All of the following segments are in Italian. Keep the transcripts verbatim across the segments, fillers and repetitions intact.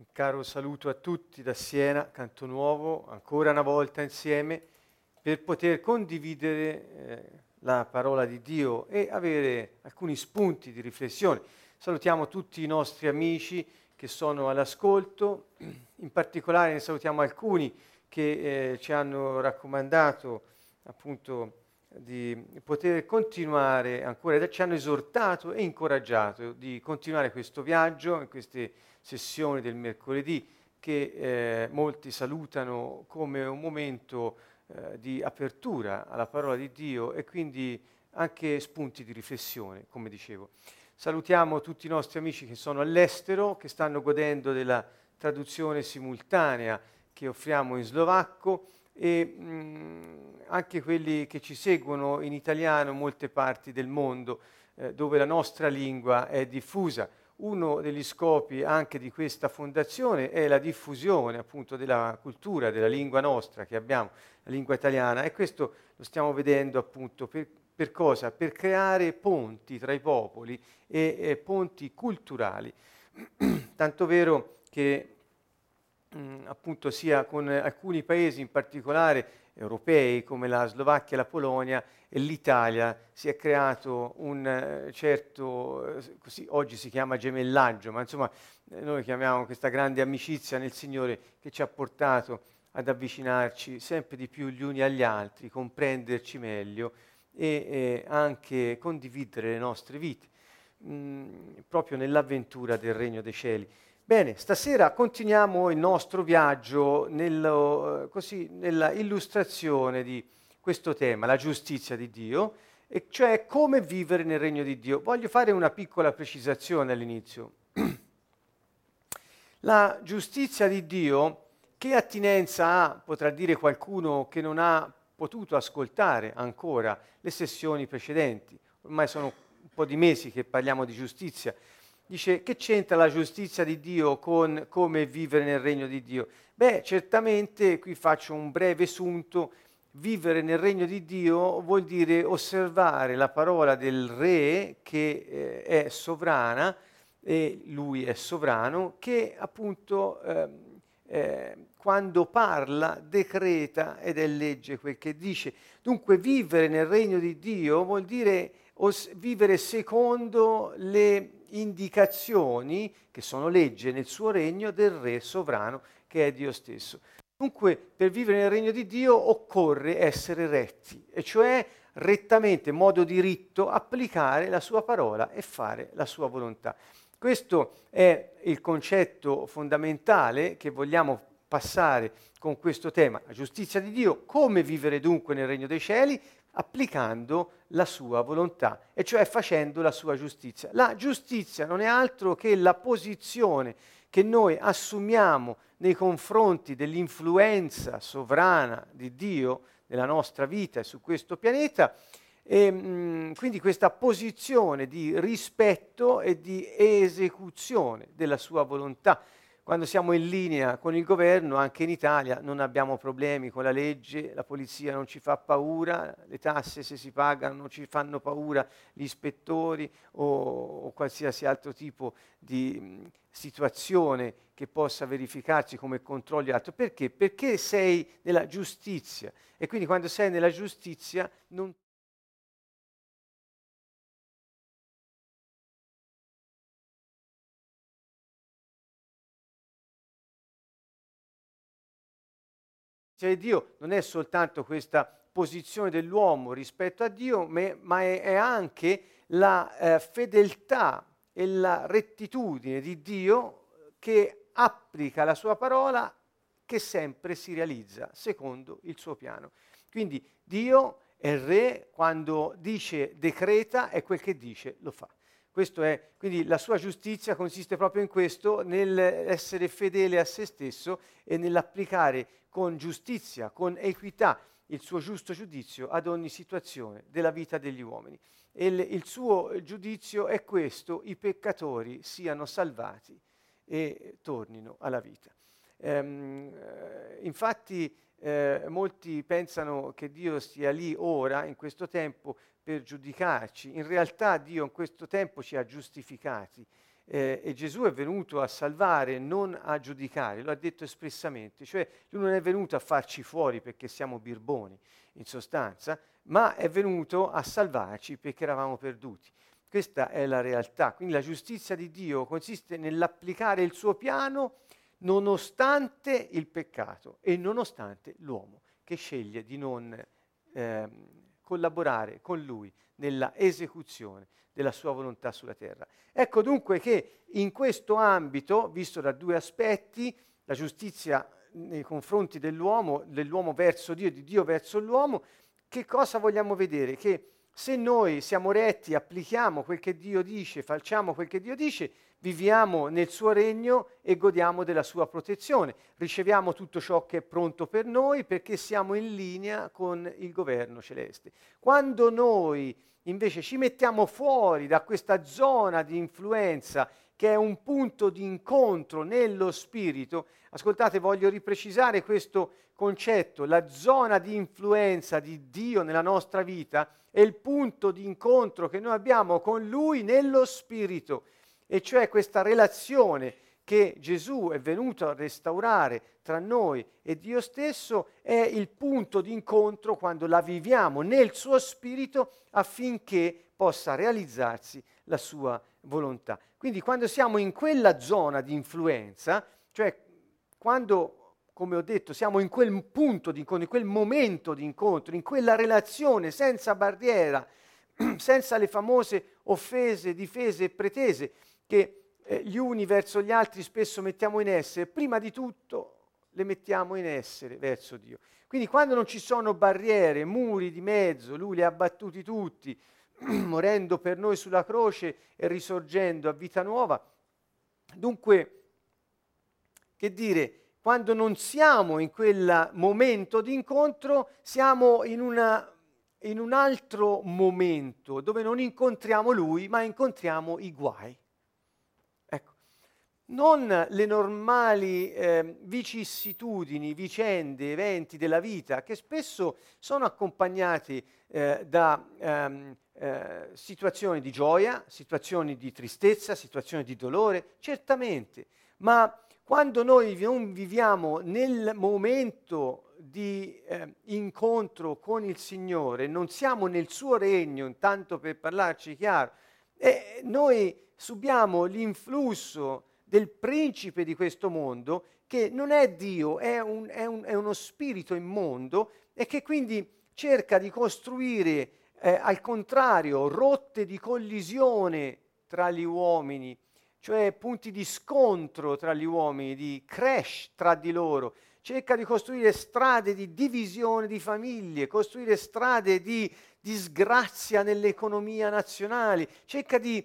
Un caro saluto a tutti da Siena, Canto Nuovo, ancora una volta insieme per poter condividere eh, la parola di Dio e avere alcuni spunti di riflessione. Salutiamo tutti i nostri amici che sono all'ascolto, in particolare ne salutiamo alcuni che eh, ci hanno raccomandato appunto di poter continuare ancora, ci hanno esortato e incoraggiato di continuare questo viaggio in queste sessioni del mercoledì che eh, molti salutano come un momento eh, di apertura alla parola di Dio e quindi anche spunti di riflessione, come dicevo. Salutiamo tutti i nostri amici che sono all'estero, che stanno godendo della traduzione simultanea che offriamo in slovacco e mh, anche quelli che ci seguono in italiano in molte parti del mondo eh, dove la nostra lingua è diffusa. Uno degli scopi anche di questa fondazione è la diffusione appunto della cultura, della lingua nostra che abbiamo, la lingua italiana, e questo lo stiamo vedendo appunto per, per cosa? Per creare ponti tra i popoli e, e ponti culturali. Tanto vero che mh, appunto sia con alcuni paesi in particolare europei come la Slovacchia, la Polonia e l'Italia si è creato un eh, certo, eh, così, oggi si chiama gemellaggio, ma insomma eh, noi chiamiamo questa grande amicizia nel Signore che ci ha portato ad avvicinarci sempre di più gli uni agli altri, comprenderci meglio e eh, anche condividere le nostre vite, mh, proprio nell'avventura del Regno dei Cieli. Bene, stasera continuiamo il nostro viaggio nello, così, nella illustrazione di questo tema, la giustizia di Dio, e cioè come vivere nel regno di Dio. Voglio fare una piccola precisazione all'inizio. La giustizia di Dio, che attinenza ha, potrà dire qualcuno che non ha potuto ascoltare ancora le sessioni precedenti, ormai sono un po' di mesi che parliamo di giustizia. Dice, che c'entra la giustizia di Dio con come vivere nel regno di Dio? Beh, certamente, qui faccio un breve sunto, vivere nel regno di Dio vuol dire osservare la parola del Re che eh, è sovrana, e lui è sovrano, che appunto eh, eh, quando parla decreta ed è legge quel che dice. Dunque vivere nel regno di Dio vuol dire os- vivere secondo le indicazioni, che sono legge nel suo regno, del Re sovrano che è Dio stesso. Dunque, per vivere nel regno di Dio occorre essere retti, e cioè rettamente, in modo diritto, applicare la sua parola e fare la sua volontà. Questo è il concetto fondamentale che vogliamo passare con questo tema, la giustizia di Dio, come vivere dunque nel regno dei cieli, applicando la sua volontà, e cioè facendo la sua giustizia. La giustizia non è altro che la posizione che noi assumiamo nei confronti dell'influenza sovrana di Dio nella nostra vita e su questo pianeta, e mh, quindi questa posizione di rispetto e di esecuzione della sua volontà. Quando siamo in linea con il governo, anche in Italia, non abbiamo problemi con la legge, la polizia non ci fa paura, le tasse se si pagano non ci fanno paura gli ispettori o, o qualsiasi altro tipo di mh, situazione che possa verificarsi come controlli o altro. Perché? Perché sei nella giustizia, e quindi quando sei nella giustizia non di Dio non è soltanto questa posizione dell'uomo rispetto a Dio, ma, ma è, è anche la eh, fedeltà e la rettitudine di Dio che applica la sua parola, che sempre si realizza secondo il suo piano. Quindi Dio è re, quando dice decreta e quel che dice lo fa. Questo è, quindi la sua giustizia consiste proprio in questo, nell'essere fedele a se stesso e nell'applicare con giustizia, con equità, il suo giusto giudizio ad ogni situazione della vita degli uomini. E il, il suo giudizio è questo: i peccatori siano salvati e tornino alla vita. Ehm, eh, infatti eh, molti pensano che Dio stia lì ora, in questo tempo, per giudicarci. In realtà Dio in questo tempo ci ha giustificati eh, e Gesù è venuto a salvare, non a giudicare, lo ha detto espressamente, cioè lui non è venuto a farci fuori perché siamo birboni, in sostanza, ma è venuto a salvarci perché eravamo perduti. Questa è la realtà. Quindi la giustizia di Dio consiste nell'applicare il suo piano nonostante il peccato e nonostante l'uomo che sceglie di non eh, collaborare con lui nella esecuzione della sua volontà sulla terra. Ecco dunque che in questo ambito, visto da due aspetti, la giustizia nei confronti dell'uomo, dell'uomo verso Dio e di Dio verso l'uomo, che cosa vogliamo vedere? Che se noi siamo retti, applichiamo quel che Dio dice, facciamo quel che Dio dice, viviamo nel suo regno e godiamo della sua protezione. Riceviamo tutto ciò che è pronto per noi perché siamo in linea con il governo celeste. Quando noi invece ci mettiamo fuori da questa zona di influenza che è un punto di incontro nello spirito, ascoltate, voglio riprecisare questo concetto, la zona di influenza di Dio nella nostra vita è il punto di incontro che noi abbiamo con Lui nello spirito, e cioè questa relazione che Gesù è venuto a restaurare tra noi e Dio stesso è il punto di incontro quando la viviamo nel suo spirito affinché possa realizzarsi la sua volontà. Quindi quando siamo in quella zona di influenza, cioè quando, come ho detto, siamo in quel punto di incontro, in quel momento di incontro, in quella relazione senza barriera, senza le famose offese, difese e pretese che eh, gli uni verso gli altri spesso mettiamo in essere, prima di tutto le mettiamo in essere verso Dio. Quindi quando non ci sono barriere, muri di mezzo, Lui li ha abbattuti tutti, morendo per noi sulla croce e risorgendo a vita nuova. Dunque, che dire, quando non siamo in quel momento di incontro, siamo in, una, in un altro momento dove non incontriamo Lui, ma incontriamo i guai. Ecco, non le normali eh, vicissitudini, vicende, eventi della vita che spesso sono accompagnati eh, da ehm, eh, situazioni di gioia, situazioni di tristezza, situazioni di dolore, certamente, ma quando noi non viviamo nel momento di eh, incontro con il Signore, non siamo nel suo regno, intanto per parlarci chiaro, e noi subiamo l'influsso del principe di questo mondo, che non è Dio, è, un, è, un, è uno spirito immondo e che quindi cerca di costruire, eh, al contrario, rotte di collisione tra gli uomini, cioè punti di scontro tra gli uomini, di crash tra di loro. Cerca di costruire strade di divisione di famiglie, costruire strade di disgrazia nell'economia nazionale, cerca di,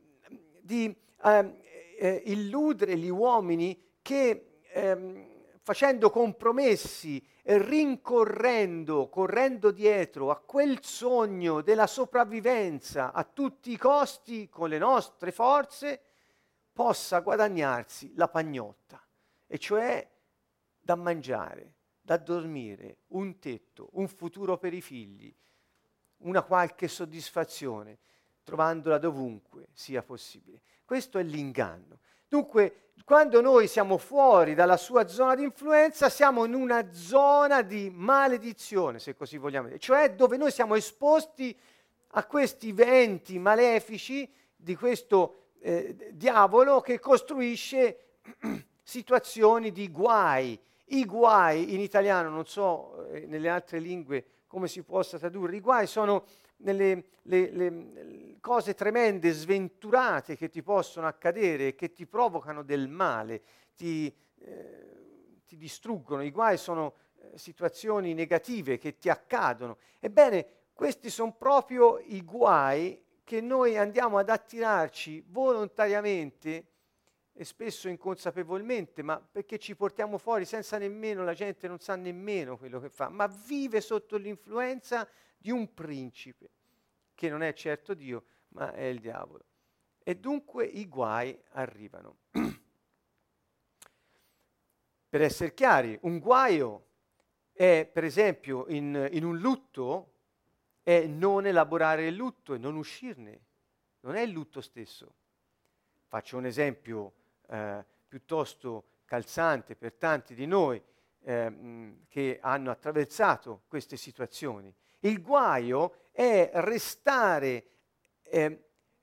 di eh, eh, illudere gli uomini che ehm, facendo compromessi, e rincorrendo, correndo dietro a quel sogno della sopravvivenza a tutti i costi con le nostre forze, possa guadagnarsi la pagnotta, e cioè da mangiare, da dormire, un tetto, un futuro per i figli, una qualche soddisfazione, trovandola dovunque sia possibile. Questo è l'inganno. Dunque, quando noi siamo fuori dalla sua zona di influenza, siamo in una zona di maledizione, se così vogliamo dire, cioè dove noi siamo esposti a questi venti malefici di questo eh, diavolo che costruisce situazioni di guai. I guai in italiano, non so eh, nelle altre lingue come si possa tradurre, i guai sono nelle le, le cose tremende, sventurate che ti possono accadere, che ti provocano del male, ti, eh, ti distruggono. I guai sono eh, situazioni negative che ti accadono. Ebbene, questi sono proprio i guai che noi andiamo ad attirarci volontariamente e spesso inconsapevolmente, ma perché ci portiamo fuori senza nemmeno, la gente non sa nemmeno quello che fa, ma vive sotto l'influenza di un principe, che non è certo Dio, ma è il diavolo. E dunque i guai arrivano. Per essere chiari, un guaio è, per esempio, in, in un lutto, è non elaborare il lutto e non uscirne. Non è il lutto stesso. Faccio un esempio eh, piuttosto calzante per tanti di noi eh, mh, che hanno attraversato queste situazioni. Il guaio è restare eh,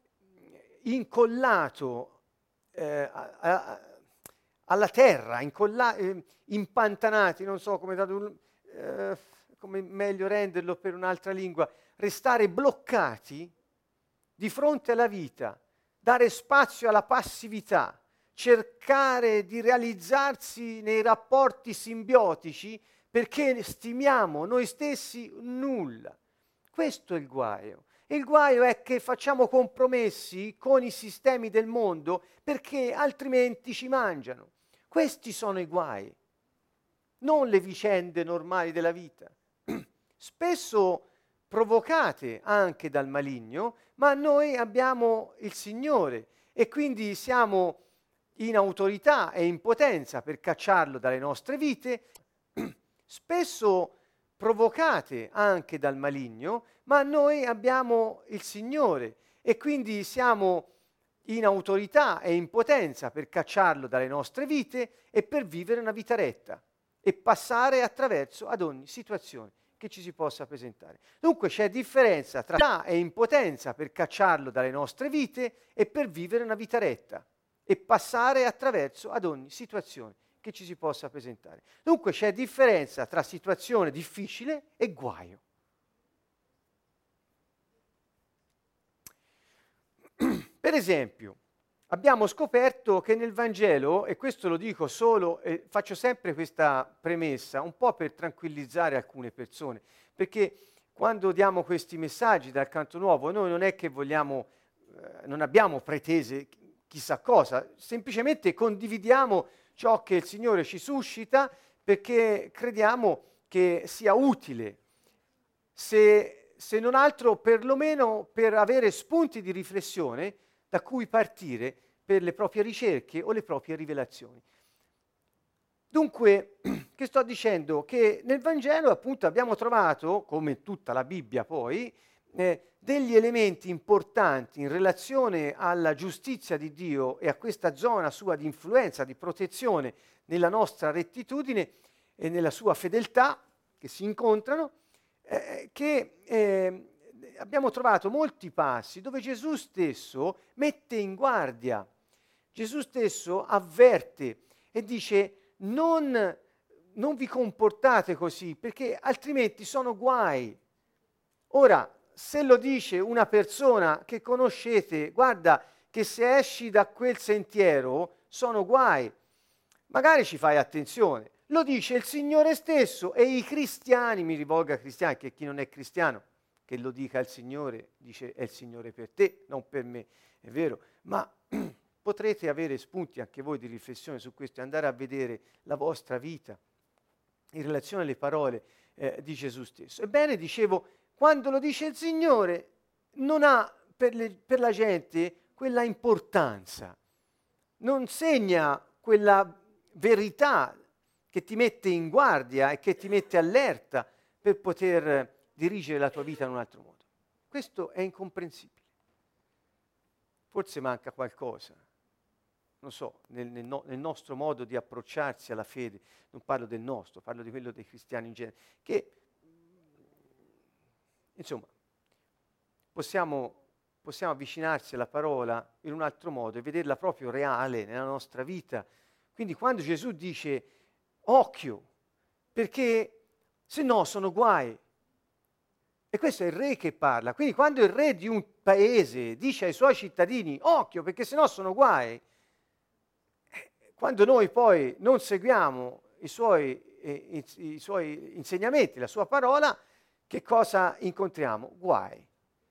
incollato eh, a, a, alla terra, incolla- eh, impantanati, non so come, eh, come meglio renderlo per un'altra lingua, restare bloccati di fronte alla vita, dare spazio alla passività, cercare di realizzarsi nei rapporti simbiotici perché stimiamo noi stessi nulla. Questo è il guaio. Il guaio è che facciamo compromessi con i sistemi del mondo perché altrimenti ci mangiano. Questi sono i guai, non le vicende normali della vita. Spesso provocate anche dal maligno, ma noi abbiamo il Signore e quindi siamo in autorità e in potenza per cacciarlo dalle nostre vite, spesso provocate anche dal maligno, ma noi abbiamo il Signore e quindi siamo in autorità e in potenza per cacciarlo dalle nostre vite e per vivere una vita retta e passare attraverso ad ogni situazione che ci si possa presentare. Dunque c'è differenza tra autorità e impotenza per cacciarlo dalle nostre vite e per vivere una vita retta e passare attraverso ad ogni situazione che ci si possa presentare. Dunque c'è differenza tra situazione difficile e guaio. Per esempio, abbiamo scoperto che nel Vangelo, e questo lo dico solo, e faccio sempre questa premessa, un po' per tranquillizzare alcune persone, perché quando diamo questi messaggi dal Canto Nuovo, noi non è che vogliamo, eh, non abbiamo pretese chissà cosa, semplicemente condividiamo ciò che il Signore ci suscita perché crediamo che sia utile, se, se non altro perlomeno per avere spunti di riflessione da cui partire per le proprie ricerche o le proprie rivelazioni. Dunque, che sto dicendo? Che nel Vangelo appunto abbiamo trovato, come tutta la Bibbia poi, eh, degli elementi importanti in relazione alla giustizia di Dio e a questa zona sua di influenza, di protezione nella nostra rettitudine e nella sua fedeltà, che si incontrano, eh, che eh, abbiamo trovato molti passi dove Gesù stesso mette in guardia, Gesù stesso avverte e dice non, non vi comportate così perché altrimenti sono guai. Ora, se lo dice una persona che conoscete, guarda che se esci da quel sentiero sono guai, magari ci fai attenzione. Lo dice il Signore stesso e i cristiani, mi rivolgo ai cristiani, che chi non è cristiano, che lo dica il Signore, dice è il Signore per te, non per me, è vero, ma potrete avere spunti anche voi di riflessione su questo e andare a vedere la vostra vita in relazione alle parole eh, di Gesù stesso. Ebbene, dicevo, quando lo dice il Signore non ha per, le, per la gente quella importanza, non segna quella verità che ti mette in guardia e che ti mette allerta per poter dirigere la tua vita in un altro modo. Questo è incomprensibile. Forse manca qualcosa, non so, nel, nel, no, nel nostro modo di approcciarsi alla fede, non parlo del nostro, parlo di quello dei cristiani in genere, che insomma possiamo, possiamo avvicinarsi alla parola in un altro modo e vederla proprio reale nella nostra vita. Quindi quando Gesù dice occhio, perché se no sono guai. E questo è il re che parla. Quindi quando il re di un paese dice ai suoi cittadini occhio perché se no sono guai, quando noi poi non seguiamo i suoi, eh, i, i suoi insegnamenti, la sua parola, che cosa incontriamo? Guai.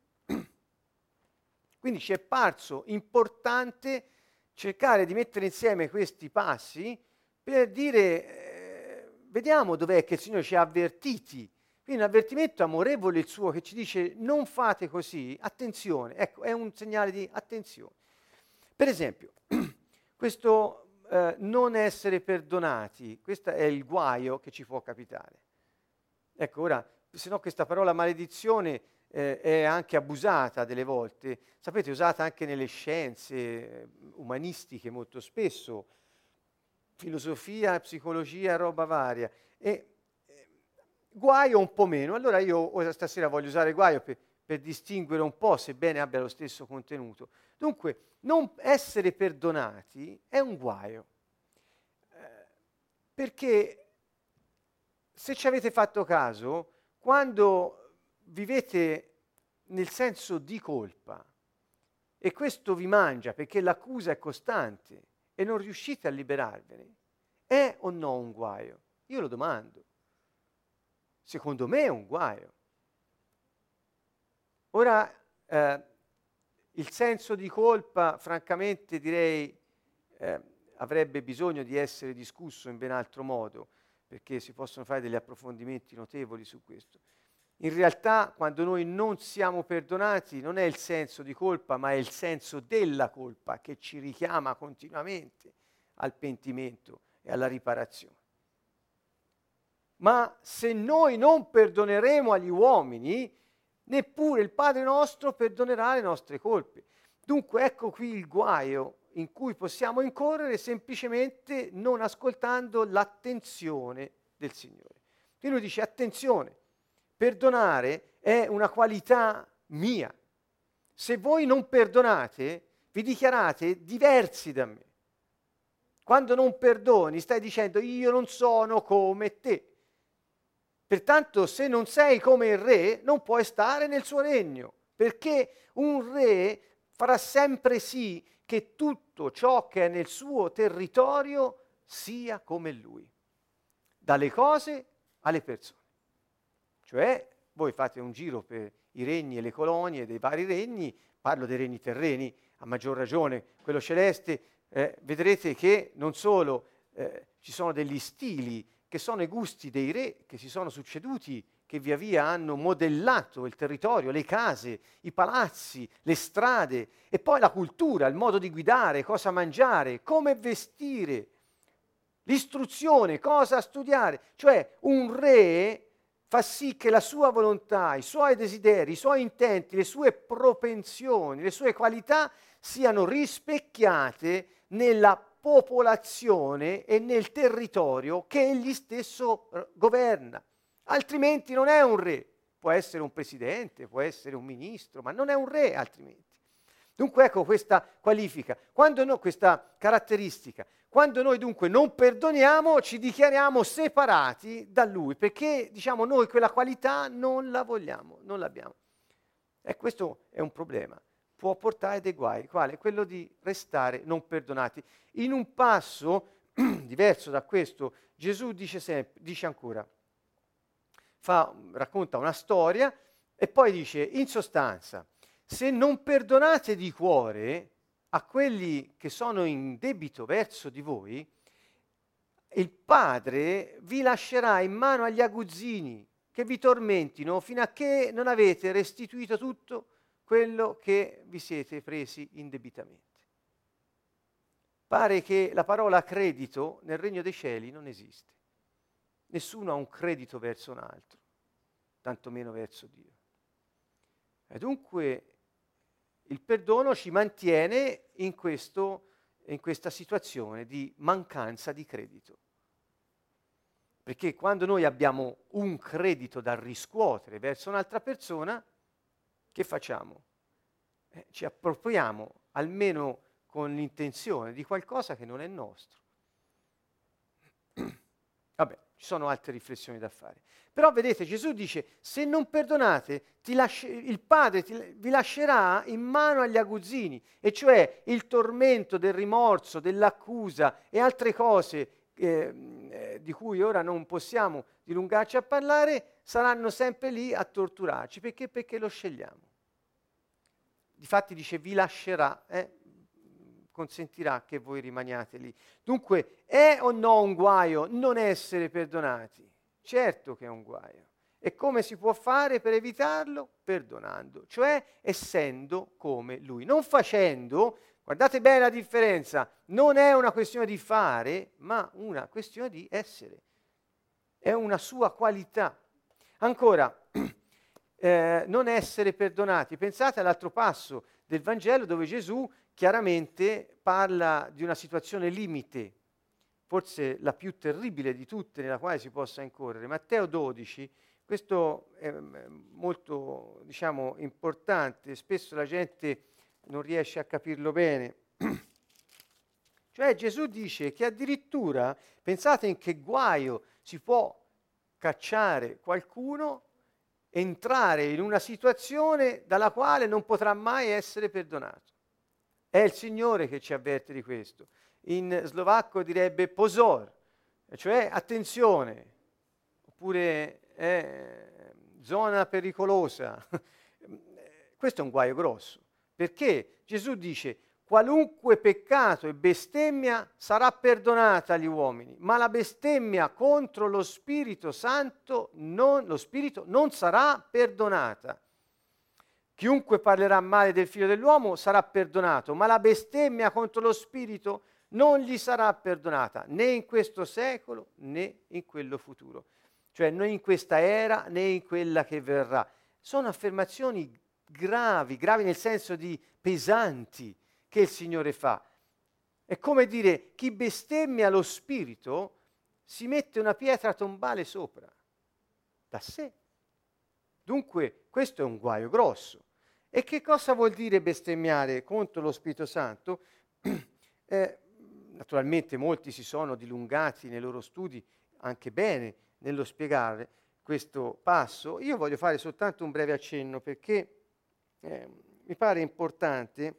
Quindi ci è parso importante cercare di mettere insieme questi passi per dire, eh, vediamo dov'è che il Signore ci ha avvertiti. Quindi un avvertimento amorevole il suo che ci dice non fate così, attenzione, ecco, è un segnale di attenzione. Per esempio, questo eh, non essere perdonati, questo è il guaio che ci può capitare. Ecco, ora, se no questa parola maledizione eh, è anche abusata delle volte, sapete, usata anche nelle scienze eh, umanistiche molto spesso, filosofia, psicologia, roba varia. E eh, guaio un po' meno. Allora io stasera voglio usare guaio per, per distinguere un po', sebbene abbia lo stesso contenuto. Dunque, non essere perdonati è un guaio. Eh, perché se ci avete fatto caso, quando vivete nel senso di colpa e questo vi mangia perché l'accusa è costante e non riuscite a liberarvene, è o no un guaio? Io lo domando. Secondo me è un guaio. Ora, eh, il senso di colpa, francamente direi, eh, avrebbe bisogno di essere discusso in ben altro modo, perché si possono fare degli approfondimenti notevoli su questo. In realtà, quando noi non siamo perdonati, non è il senso di colpa, ma è il senso della colpa che ci richiama continuamente al pentimento e alla riparazione. Ma se noi non perdoneremo agli uomini, neppure il Padre nostro perdonerà le nostre colpe. Dunque ecco qui il guaio in cui possiamo incorrere semplicemente non ascoltando l'attenzione del Signore. E lui dice: attenzione, perdonare è una qualità mia. Se voi non perdonate, vi dichiarate diversi da me. Quando non perdoni, stai dicendo: io non sono come te. Pertanto, se non sei come il re, non puoi stare nel suo regno, perché un re farà sempre sì che tutto ciò che è nel suo territorio sia come lui, dalle cose alle persone. Cioè, voi fate un giro per i regni e le colonie dei vari regni, parlo dei regni terreni, a maggior ragione quello celeste, eh, vedrete che non solo eh, ci sono degli stili che sono i gusti dei re che si sono succeduti, che via via hanno modellato il territorio, le case, i palazzi, le strade, e poi la cultura, il modo di guidare, cosa mangiare, come vestire, l'istruzione, cosa studiare. Cioè un re fa sì che la sua volontà, i suoi desideri, i suoi intenti, le sue propensioni, le sue qualità siano rispecchiate nella popolazione e nel territorio che egli stesso governa. Altrimenti non è un re. Può essere un presidente, può essere un ministro, ma non è un re altrimenti. Dunque ecco questa qualifica, quando no, questa caratteristica. Quando noi dunque non perdoniamo, ci dichiariamo separati da lui, perché diciamo noi quella qualità non la vogliamo, non l'abbiamo. E questo è un problema. Può portare dei guai, quale? Quello di restare non perdonati. In un passo diverso da questo, Gesù dice, sempre, dice ancora, fa, racconta una storia e poi dice, in sostanza, se non perdonate di cuore a quelli che sono in debito verso di voi, il Padre vi lascerà in mano agli aguzzini che vi tormentino fino a che non avete restituito tutto quello che vi siete presi indebitamente. Pare che la parola credito nel regno dei cieli non esiste. Nessuno ha un credito verso un altro, tantomeno verso Dio. E dunque il perdono ci mantiene in, questo, in questa situazione di mancanza di credito. Perché quando noi abbiamo un credito da riscuotere verso un'altra persona, che facciamo? Eh, ci appropriamo, almeno con l'intenzione, di qualcosa che non è nostro. Vabbè, ci sono altre riflessioni da fare. Però vedete, Gesù dice, se non perdonate, ti lasci- il Padre ti, vi lascerà in mano agli aguzzini, e cioè il tormento del rimorso, dell'accusa e altre cose eh, eh, di cui ora non possiamo dilungarci a parlare, saranno sempre lì a torturarci. Perché? Perché lo scegliamo. Difatti dice vi lascerà, eh, consentirà che voi rimaniate lì. Dunque è o no un guaio non essere perdonati? Certo che è un guaio. E come si può fare per evitarlo? Perdonando, cioè essendo come lui, non facendo. Guardate bene la differenza, non è una questione di fare, ma una questione di essere. È una sua qualità. Ancora, eh, non essere perdonati. Pensate all'altro passo del Vangelo dove Gesù chiaramente parla di una situazione limite, forse la più terribile di tutte nella quale si possa incorrere. Matteo dodici, questo è molto, diciamo, importante, spesso la gente non riesce a capirlo bene. Cioè Gesù dice che addirittura, pensate in che guaio si può cacciare qualcuno, entrare in una situazione dalla quale non potrà mai essere perdonato. È il Signore che ci avverte di questo. In slovacco direbbe pozor, cioè attenzione, oppure eh, zona pericolosa. Questo è un guaio grosso, perché Gesù dice qualunque peccato e bestemmia sarà perdonata agli uomini, ma la bestemmia contro lo Spirito Santo, non, lo Spirito non sarà perdonata. Chiunque parlerà male del Figlio dell'uomo sarà perdonato, ma la bestemmia contro lo Spirito non gli sarà perdonata, né in questo secolo né in quello futuro. Cioè né in questa era né in quella che verrà. Sono affermazioni gravi, gravi nel senso di pesanti, che il Signore fa. È come dire, chi bestemmia lo Spirito si mette una pietra tombale sopra, da sé. Dunque questo è un guaio grosso. E che cosa vuol dire bestemmiare contro lo Spirito Santo? eh, naturalmente molti si sono dilungati nei loro studi anche bene nello spiegare questo passo. Io voglio fare soltanto un breve accenno perché eh, mi pare importante.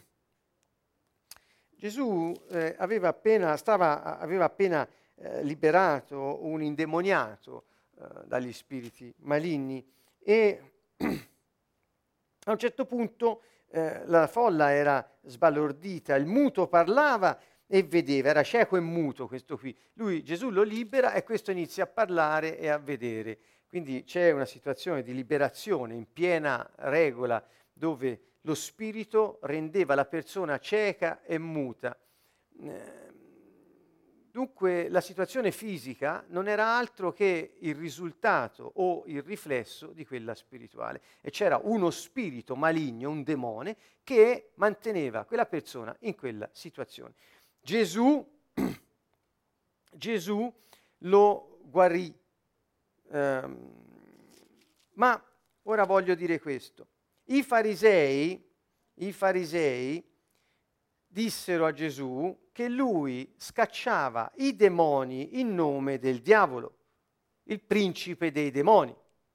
Gesù eh, aveva appena, stava, aveva appena eh, liberato un indemoniato eh, dagli spiriti maligni e a un certo punto eh, la folla era sbalordita, il muto parlava e vedeva, era cieco e muto questo qui. Lui, Gesù lo libera e questo inizia a parlare e a vedere. Quindi c'è una situazione di liberazione in piena regola dove lo spirito rendeva la persona cieca e muta. Dunque la situazione fisica non era altro che il risultato o il riflesso di quella spirituale. E c'era uno spirito maligno, un demone, che manteneva quella persona in quella situazione. Gesù, Gesù lo guarì. Um, ma ora voglio dire questo. I farisei, i farisei dissero a Gesù che lui scacciava i demoni in nome del diavolo, il principe dei demoni.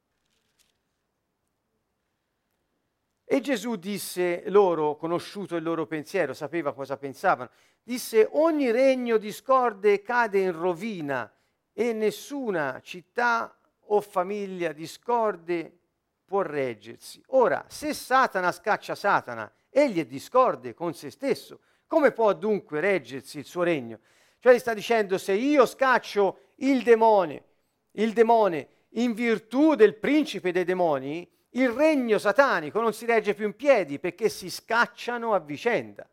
E Gesù disse loro, conosciuto il loro pensiero, sapeva cosa pensavano, disse: ogni regno discorde cade in rovina e nessuna città o famiglia discorde può reggersi. Ora, se Satana scaccia Satana, egli è discorde con se stesso. Come può dunque reggersi il suo regno? Cioè gli sta dicendo, se io scaccio il demone, il demone in virtù del principe dei demoni, il regno satanico non si regge più in piedi perché si scacciano a vicenda.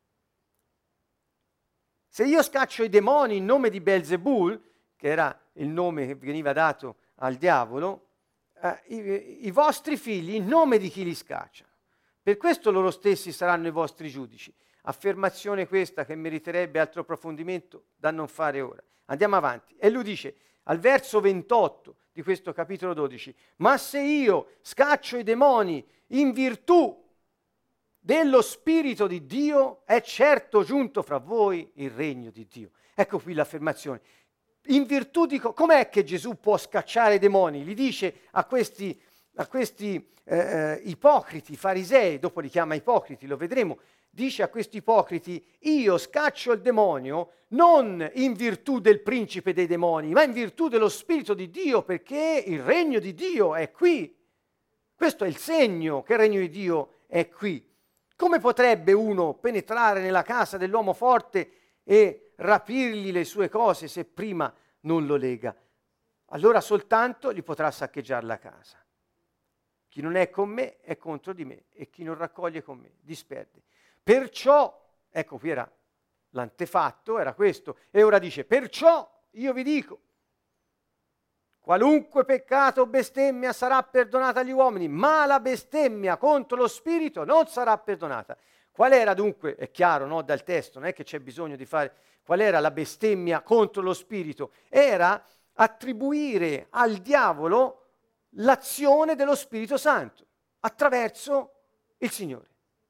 Se io scaccio i demoni in nome di Belzebul, che era il nome che veniva dato al diavolo, eh, i, i vostri figli in nome di chi li scacciano. Per questo loro stessi saranno i vostri giudici. Affermazione questa che meriterebbe altro approfondimento da non fare ora. Andiamo avanti. E lui dice al verso ventotto di questo capitolo dodici: ma se io scaccio i demoni in virtù dello Spirito di Dio, è certo giunto fra voi il regno di Dio. Ecco qui l'affermazione. In virtù di co- com'è che Gesù può scacciare i demoni? Gli dice a questi, a questi eh, ipocriti, farisei, dopo li chiama ipocriti, lo vedremo, dice a questi ipocriti: io scaccio il demonio non in virtù del principe dei demoni, ma in virtù dello Spirito di Dio, perché il regno di Dio è qui. Questo è il segno che il regno di Dio è qui. Come potrebbe uno penetrare nella casa dell'uomo forte e rapirgli le sue cose se prima non lo lega? Allora soltanto gli potrà saccheggiare la casa. Chi non è con me è contro di me e chi non raccoglie con me disperde. Perciò, ecco qui era l'antefatto, era questo, e ora dice: perciò io vi dico, qualunque peccato o bestemmia sarà perdonata agli uomini, ma la bestemmia contro lo spirito non sarà perdonata. Qual era dunque, è chiaro, no, dal testo, non è che c'è bisogno di fare, qual era la bestemmia contro lo spirito? Era attribuire al diavolo l'azione dello Spirito Santo attraverso il Signore.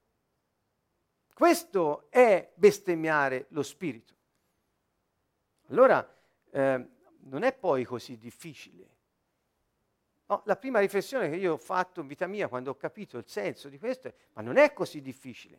Questo è bestemmiare lo Spirito. Allora, eh, non è poi così difficile. No, la prima riflessione che io ho fatto in vita mia quando ho capito il senso di questo è, ma non è così difficile.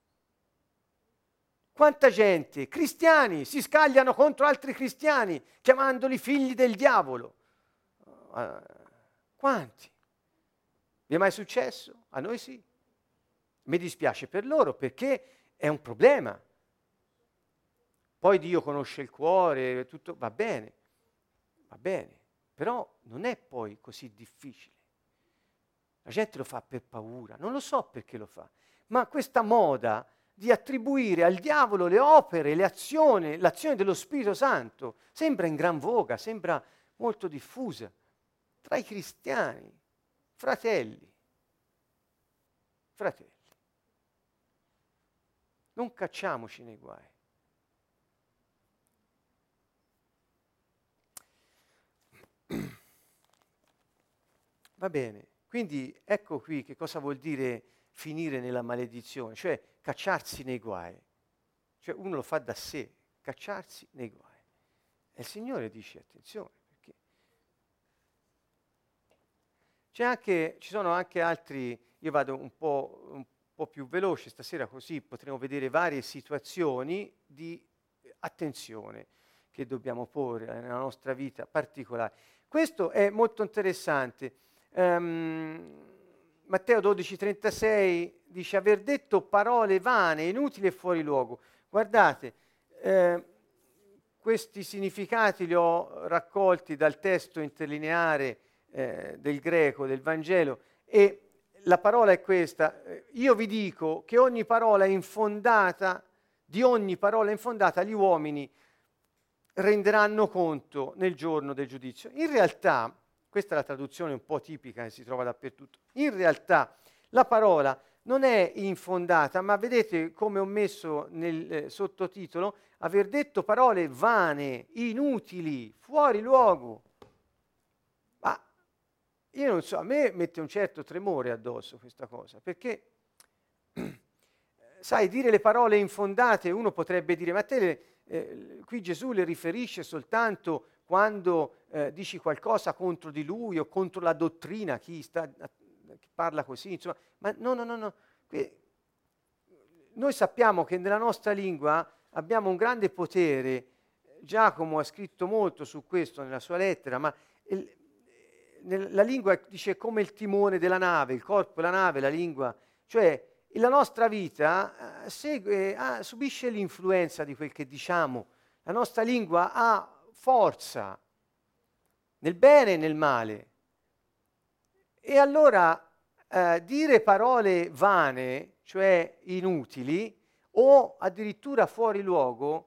Quanta gente, cristiani, si scagliano contro altri cristiani, chiamandoli figli del diavolo. Uh, quanti? Vi è mai successo? A noi sì. Mi dispiace per loro perché è un problema. Poi Dio conosce il cuore, tutto va bene, va bene, però non è poi così difficile. La gente lo fa per paura, non lo so perché lo fa, ma questa moda di attribuire al diavolo le opere, le azioni, l'azione dello Spirito Santo sembra in gran voga, sembra molto diffusa tra i cristiani, fratelli, fratelli. Non cacciamoci nei guai. Va bene, quindi ecco qui che cosa vuol dire finire nella maledizione, cioè cacciarsi nei guai. Cioè uno lo fa da sé, cacciarsi nei guai. E il Signore dice attenzione, perché c'è anche, ci sono anche altri, io vado un po', un po' più veloce stasera così potremo vedere varie situazioni di attenzione che dobbiamo porre nella nostra vita particolare. Questo è molto interessante. Um, Matteo dodici trentasei dice aver detto parole vane, inutili e fuori luogo. Guardate, eh, questi significati li ho raccolti dal testo interlineare eh, del greco, del Vangelo, e la parola è questa: io vi dico che ogni parola infondata, di ogni parola infondata gli uomini renderanno conto nel giorno del giudizio. In realtà, questa è la traduzione un po' tipica che si trova dappertutto, in realtà la parola non è infondata, ma vedete come ho messo nel eh, sottotitolo, aver detto parole vane, inutili, fuori luogo. Ma io non so, a me mette un certo tremore addosso questa cosa, perché sai, dire le parole infondate, uno potrebbe dire, ma te le, eh, qui Gesù le riferisce soltanto quando eh, dici qualcosa contro di lui o contro la dottrina, chi, sta, chi parla così, insomma, ma no, no, no, no. Qui, noi sappiamo che nella nostra lingua abbiamo un grande potere, Giacomo ha scritto molto su questo nella sua lettera, ma il, nel, la lingua dice come il timone della nave, il corpo della nave, la lingua, cioè la nostra vita eh, segue, ah, subisce l'influenza di quel che diciamo, la nostra lingua ha forza nel bene e nel male. E allora eh, dire parole vane, cioè inutili, o addirittura fuori luogo,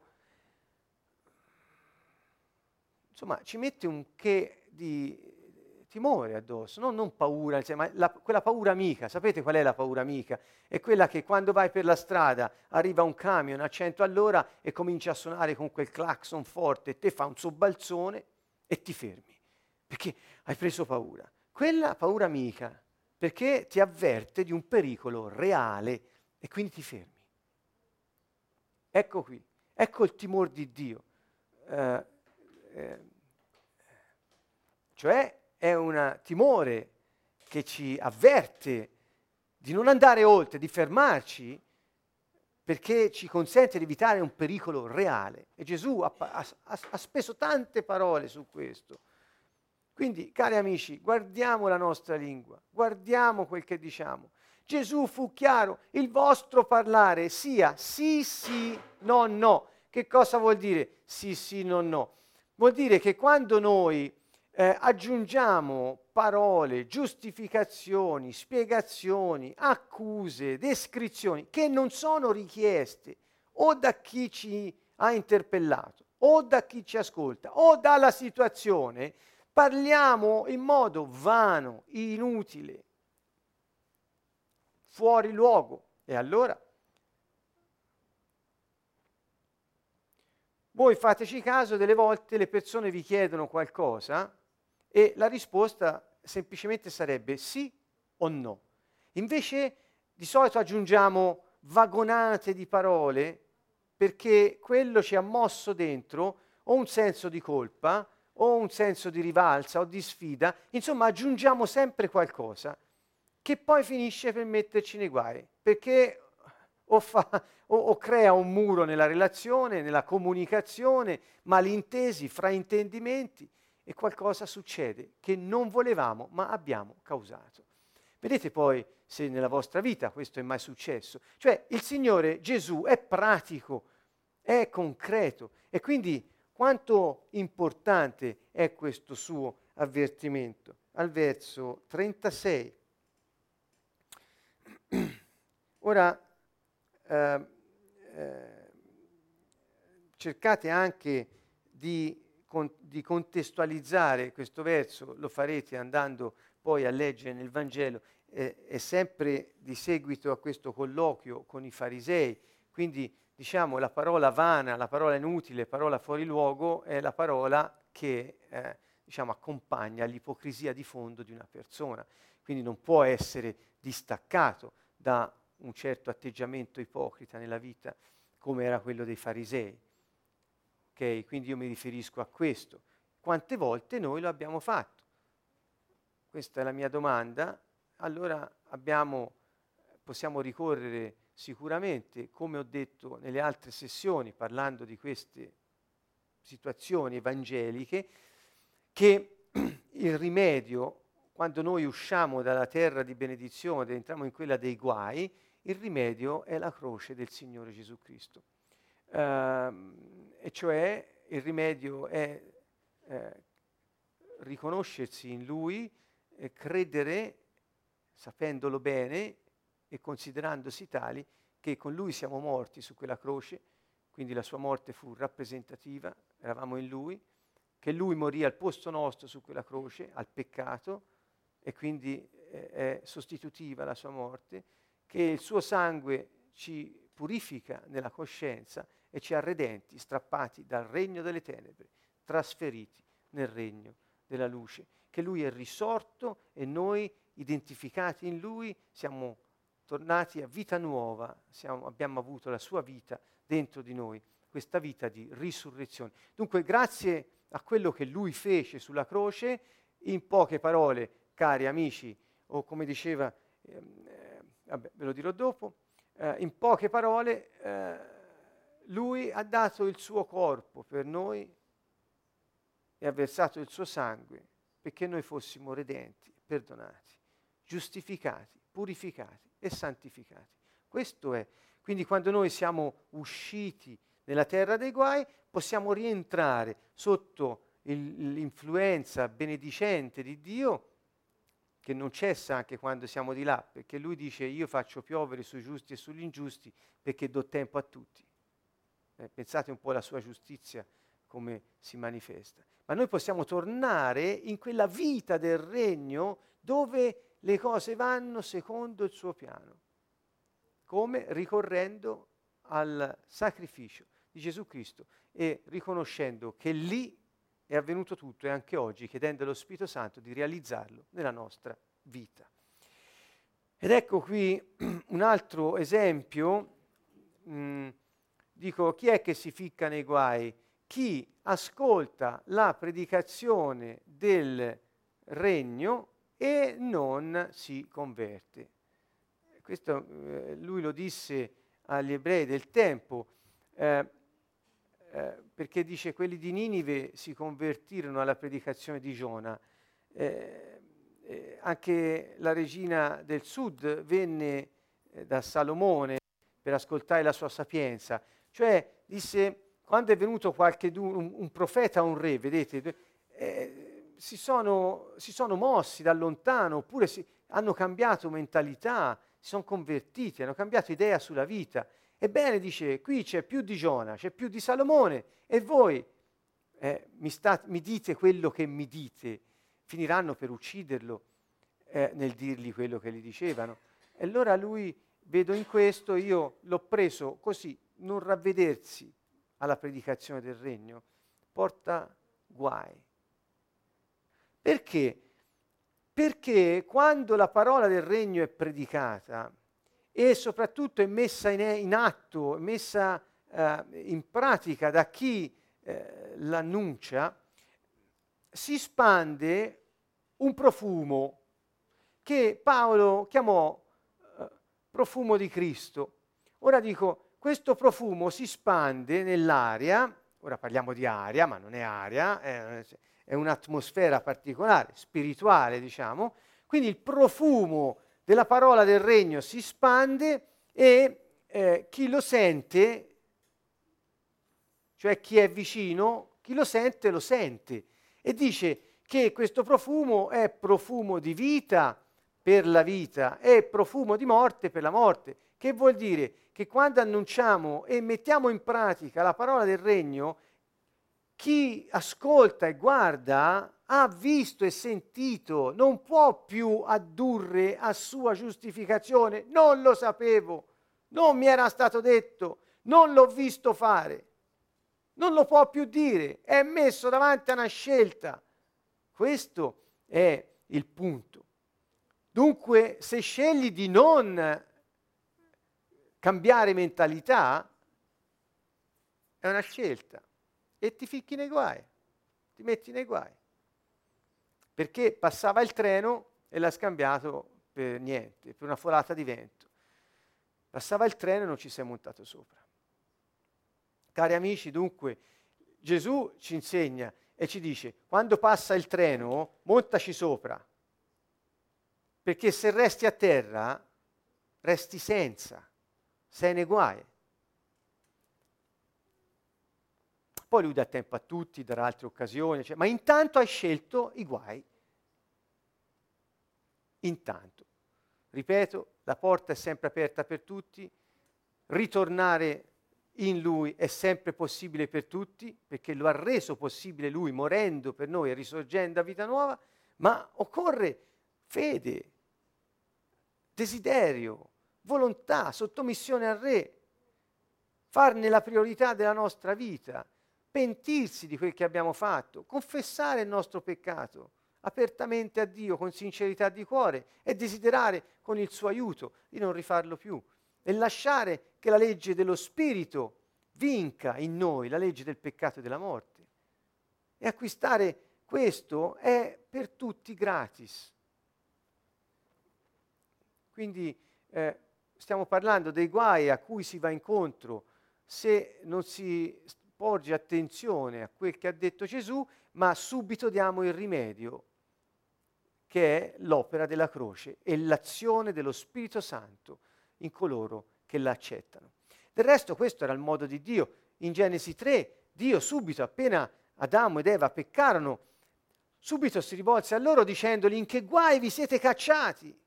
insomma, ci mette un che di timore addosso, no? Non paura, cioè, ma la, quella paura amica. Sapete qual è la paura amica? È quella che quando vai per la strada arriva un camion a cento all'ora e comincia a suonare con quel clacson forte e te fa un sobbalzone e ti fermi, perché hai preso paura. Quella paura amica, perché ti avverte di un pericolo reale e quindi ti fermi. Ecco qui, ecco il timore di Dio. Eh, eh, cioè è un timore che ci avverte di non andare oltre, di fermarci, perché ci consente di evitare un pericolo reale. E Gesù ha, ha, ha speso tante parole su questo. Quindi, cari amici, guardiamo la nostra lingua, guardiamo quel che diciamo. Gesù fu chiaro, il vostro parlare sia sì, sì, no, no. Che cosa vuol dire sì, sì, no, no? Vuol dire che quando noi Eh, aggiungiamo parole, giustificazioni, spiegazioni, accuse, descrizioni che non sono richieste o da chi ci ha interpellato o da chi ci ascolta o dalla situazione, parliamo in modo vano, inutile, fuori luogo. E allora voi fateci caso, delle volte le persone vi chiedono qualcosa e la risposta semplicemente sarebbe sì o no. Invece di solito aggiungiamo vagonate di parole perché quello ci ha mosso dentro o un senso di colpa o un senso di rivalsa o di sfida. Insomma, aggiungiamo sempre qualcosa che poi finisce per metterci nei guai, perché o, fa, o, o crea un muro nella relazione, nella comunicazione, malintesi, fraintendimenti, e qualcosa succede che non volevamo ma abbiamo causato. Vedete poi se nella vostra vita questo è mai successo. Cioè il Signore Gesù è pratico, è concreto, e quindi quanto importante è questo suo avvertimento. Al verso trentasei. Ora, eh, eh, cercate anche di, con, di contestualizzare questo verso, lo farete andando poi a leggere nel Vangelo, eh, è sempre di seguito a questo colloquio con i farisei, quindi diciamo la parola vana, la parola inutile, la parola fuori luogo è la parola che eh, diciamo, accompagna l'ipocrisia di fondo di una persona, quindi non può essere distaccato da un certo atteggiamento ipocrita nella vita come era quello dei farisei. Ok? Quindi io mi riferisco a questo. Quante volte noi lo abbiamo fatto? Questa è la mia domanda. Allora abbiamo, possiamo ricorrere sicuramente, come ho detto nelle altre sessioni, parlando di queste situazioni evangeliche, che il rimedio, quando noi usciamo dalla terra di benedizione ed entriamo in quella dei guai, il rimedio è la croce del Signore Gesù Cristo. Uh, e cioè il rimedio è eh, riconoscersi in Lui, e credere, sapendolo bene e considerandosi tali, che con Lui siamo morti su quella croce, quindi la sua morte fu rappresentativa, eravamo in Lui, che Lui morì al posto nostro su quella croce, al peccato, e quindi eh, è sostitutiva la sua morte, che il suo sangue ci purifica nella coscienza e ci ha redenti, strappati dal regno delle tenebre, trasferiti nel regno della luce, che Lui è risorto e noi, identificati in Lui, siamo tornati a vita nuova, siamo, abbiamo avuto la sua vita dentro di noi, questa vita di risurrezione. Dunque, grazie a quello che Lui fece sulla croce, in poche parole, cari amici, o come diceva, ehm, eh, vabbè, ve lo dirò dopo, eh, in poche parole, eh, Lui ha dato il suo corpo per noi e ha versato il suo sangue perché noi fossimo redenti, perdonati, giustificati, purificati e santificati. Questo è. Quindi quando noi siamo usciti nella terra dei guai, possiamo rientrare sotto il, l'influenza benedicente di Dio, che non cessa anche quando siamo di là, perché Lui dice: io faccio piovere sui giusti e sugli ingiusti perché do tempo a tutti. Eh, pensate un po' alla sua giustizia come si manifesta. Ma noi possiamo tornare in quella vita del regno dove le cose vanno secondo il suo piano. Come? Ricorrendo al sacrificio di Gesù Cristo e riconoscendo che lì è avvenuto tutto, e anche oggi chiedendo allo Spirito Santo di realizzarlo nella nostra vita. Ed ecco qui un altro esempio, mh, dico, chi è che si ficca nei guai? Chi ascolta la predicazione del regno e non si converte. Questo eh, lui lo disse agli ebrei del tempo, eh, eh, perché dice: quelli di Ninive si convertirono alla predicazione di Giona. Eh, eh, anche la regina del sud venne eh, da Salomone per ascoltare la sua sapienza. Cioè disse, quando è venuto qualche un, un profeta o un re, vedete, eh, si, sono, si sono mossi da lontano, oppure si, hanno cambiato mentalità, si sono convertiti, hanno cambiato idea sulla vita. Ebbene, dice, qui c'è più di Giona, c'è più di Salomone, e voi eh, mi, sta, mi dite quello che mi dite, finiranno per ucciderlo eh, nel dirgli quello che gli dicevano. E allora lui, vedo in questo, io l'ho preso così, non ravvedersi alla predicazione del regno, porta guai. Perché? Perché quando la parola del regno è predicata e soprattutto è messa in, in atto, è messa eh, in pratica da chi eh, l'annuncia, si spande un profumo che Paolo chiamò eh, profumo di Cristo. Ora dico, questo profumo si spande nell'aria, ora parliamo di aria, ma non è aria, è, è un'atmosfera particolare, spirituale, diciamo, quindi il profumo della parola del regno si spande e eh, chi lo sente, cioè chi è vicino, chi lo sente lo sente. E dice che questo profumo è profumo di vita per la vita e profumo di morte per la morte. Che vuol dire? Che quando annunciamo e mettiamo in pratica la parola del regno, chi ascolta e guarda ha visto e sentito, non può più addurre a sua giustificazione, non lo sapevo, non mi era stato detto, non l'ho visto fare. Non lo può più dire, è messo davanti a una scelta. Questo è il punto. Dunque, se scegli di non cambiare mentalità, è una scelta e ti ficchi nei guai, ti metti nei guai. Perché passava il treno e l'ha scambiato per niente, per una folata di vento. Passava il treno e non ci sei montato sopra. Cari amici, dunque, Gesù ci insegna e ci dice, quando passa il treno, montaci sopra, perché se resti a terra, resti senza, sei nei guai. Poi lui dà tempo a tutti, darà altre occasioni, cioè, ma intanto hai scelto i guai. Intanto. Ripeto, la porta è sempre aperta per tutti, ritornare in lui è sempre possibile per tutti, perché lo ha reso possibile lui, morendo per noi e risorgendo a vita nuova, ma occorre fede, desiderio, volontà, sottomissione al Re, farne la priorità della nostra vita, pentirsi di quel che abbiamo fatto, confessare il nostro peccato apertamente a Dio, con sincerità di cuore e desiderare con il suo aiuto di non rifarlo più. E lasciare che la legge dello Spirito vinca in noi la legge del peccato e della morte. E acquistare questo è per tutti gratis. Quindi eh, stiamo parlando dei guai a cui si va incontro se non si porge attenzione a quel che ha detto Gesù, ma subito diamo il rimedio, che è l'opera della croce e l'azione dello Spirito Santo in coloro che la accettano. Del resto questo era il modo di Dio. In Genesi tre, Dio subito, appena Adamo ed Eva peccarono, subito si rivolse a loro dicendogli: in che guai vi siete cacciati?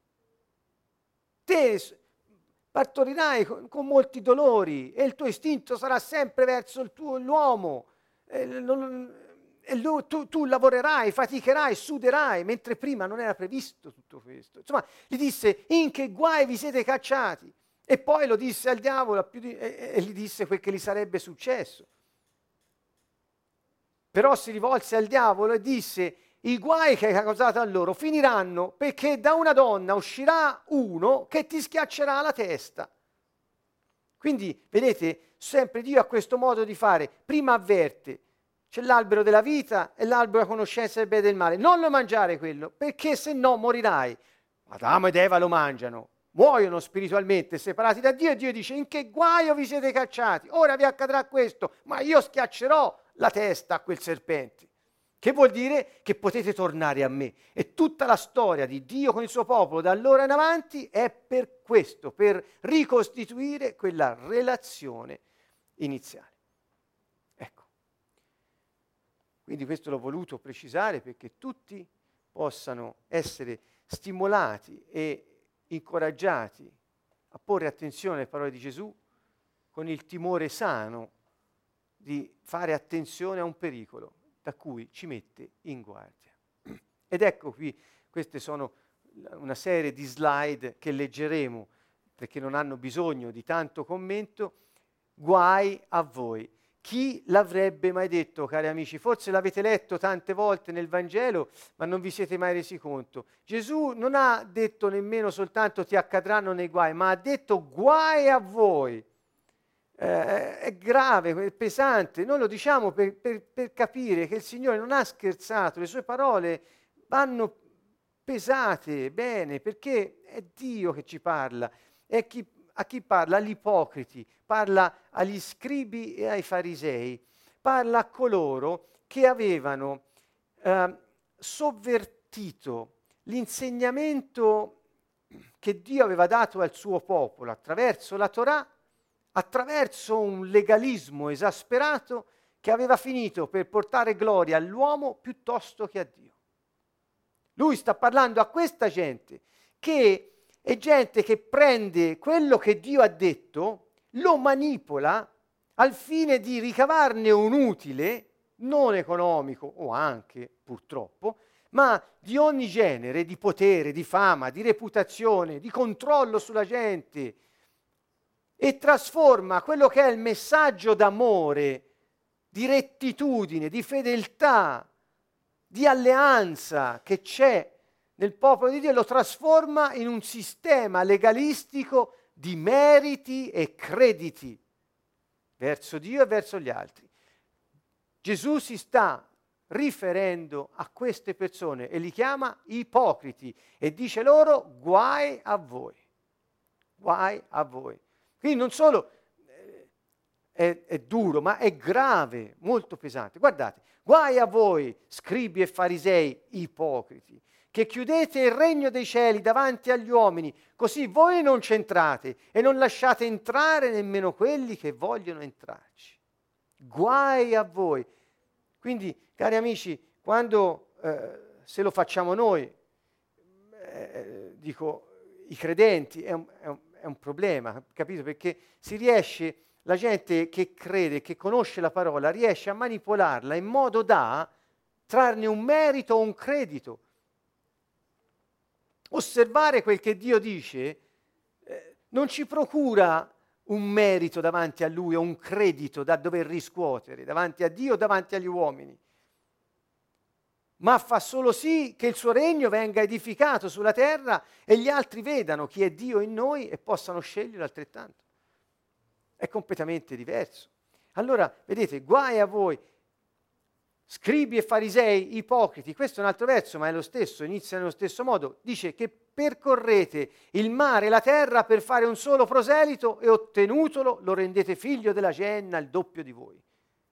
Te partorirai con, con molti dolori e il tuo istinto sarà sempre verso il tuo, l'uomo. Eh, non, e lui, tu, tu lavorerai, faticherai, suderai, mentre prima non era previsto tutto questo. Insomma, gli disse: in che guai vi siete cacciati? E poi lo disse al diavolo più di, e, e gli disse quel che gli sarebbe successo. Però si rivolse al diavolo e disse: i guai che hai causato a loro finiranno perché da una donna uscirà uno che ti schiaccerà la testa. Quindi, vedete, sempre Dio ha questo modo di fare. Prima avverte, c'è l'albero della vita e l'albero della conoscenza del bene e del male. Non lo mangiare quello, perché se no morirai. Adamo ed Eva lo mangiano, muoiono spiritualmente separati da Dio e Dio dice: in che guaio vi siete cacciati? Ora vi accadrà questo, ma io schiaccerò la testa a quel serpente. Che vuol dire che potete tornare a me. E tutta la storia di Dio con il suo popolo da allora in avanti è per questo, per ricostituire quella relazione iniziale. Ecco. Quindi questo l'ho voluto precisare perché tutti possano essere stimolati e incoraggiati a porre attenzione alle parole di Gesù con il timore sano di fare attenzione a un pericolo da cui ci mette in guardia. Ed ecco qui, queste sono una serie di slide che leggeremo perché non hanno bisogno di tanto commento. Guai a voi. Chi l'avrebbe mai detto, cari amici? Forse l'avete letto tante volte nel Vangelo, ma non vi siete mai resi conto. Gesù non ha detto nemmeno soltanto ti accadranno nei guai, ma ha detto guai a voi. Eh, è grave, è pesante. Noi lo diciamo per, per, per capire che il Signore non ha scherzato, le sue parole vanno pesate bene, perché è Dio che ci parla. È chi, a chi parla? Agli ipocriti, parla agli scribi e ai farisei, parla a coloro che avevano eh, sovvertito l'insegnamento che Dio aveva dato al suo popolo attraverso la Torah, attraverso un legalismo esasperato che aveva finito per portare gloria all'uomo piuttosto che a Dio. Lui sta parlando a questa gente che è gente che prende quello che Dio ha detto, lo manipola al fine di ricavarne un utile, non economico o anche purtroppo, ma di ogni genere, di potere, di fama, di reputazione, di controllo sulla gente, e trasforma quello che è il messaggio d'amore, di rettitudine, di fedeltà, di alleanza che c'è nel popolo di Dio, lo trasforma in un sistema legalistico di meriti e crediti verso Dio e verso gli altri. Gesù si sta riferendo a queste persone e li chiama ipocriti e dice loro guai a voi, guai a voi. Quindi non solo eh, è, è duro, ma è grave, molto pesante. Guardate, guai a voi, scribi e farisei ipocriti, che chiudete il regno dei cieli davanti agli uomini, così voi non c'entrate e non lasciate entrare nemmeno quelli che vogliono entrarci. Guai a voi. Quindi, cari amici, quando eh, se lo facciamo noi, eh, dico, i credenti, è un, è un è un problema, capito? Perché si riesce, la gente che crede, che conosce la parola, riesce a manipolarla in modo da trarne un merito o un credito. Osservare quel che Dio dice eh, non ci procura un merito davanti a Lui o un credito da dover riscuotere davanti a Dio o davanti agli uomini, ma fa solo sì che il suo regno venga edificato sulla terra e gli altri vedano chi è Dio in noi e possano scegliere altrettanto. È completamente diverso. Allora, vedete, guai a voi, scribi e farisei ipocriti. Questo è un altro verso, ma è lo stesso, inizia nello stesso modo. Dice che percorrete il mare e la terra per fare un solo proselito e ottenutolo lo rendete figlio della genna, il doppio di voi.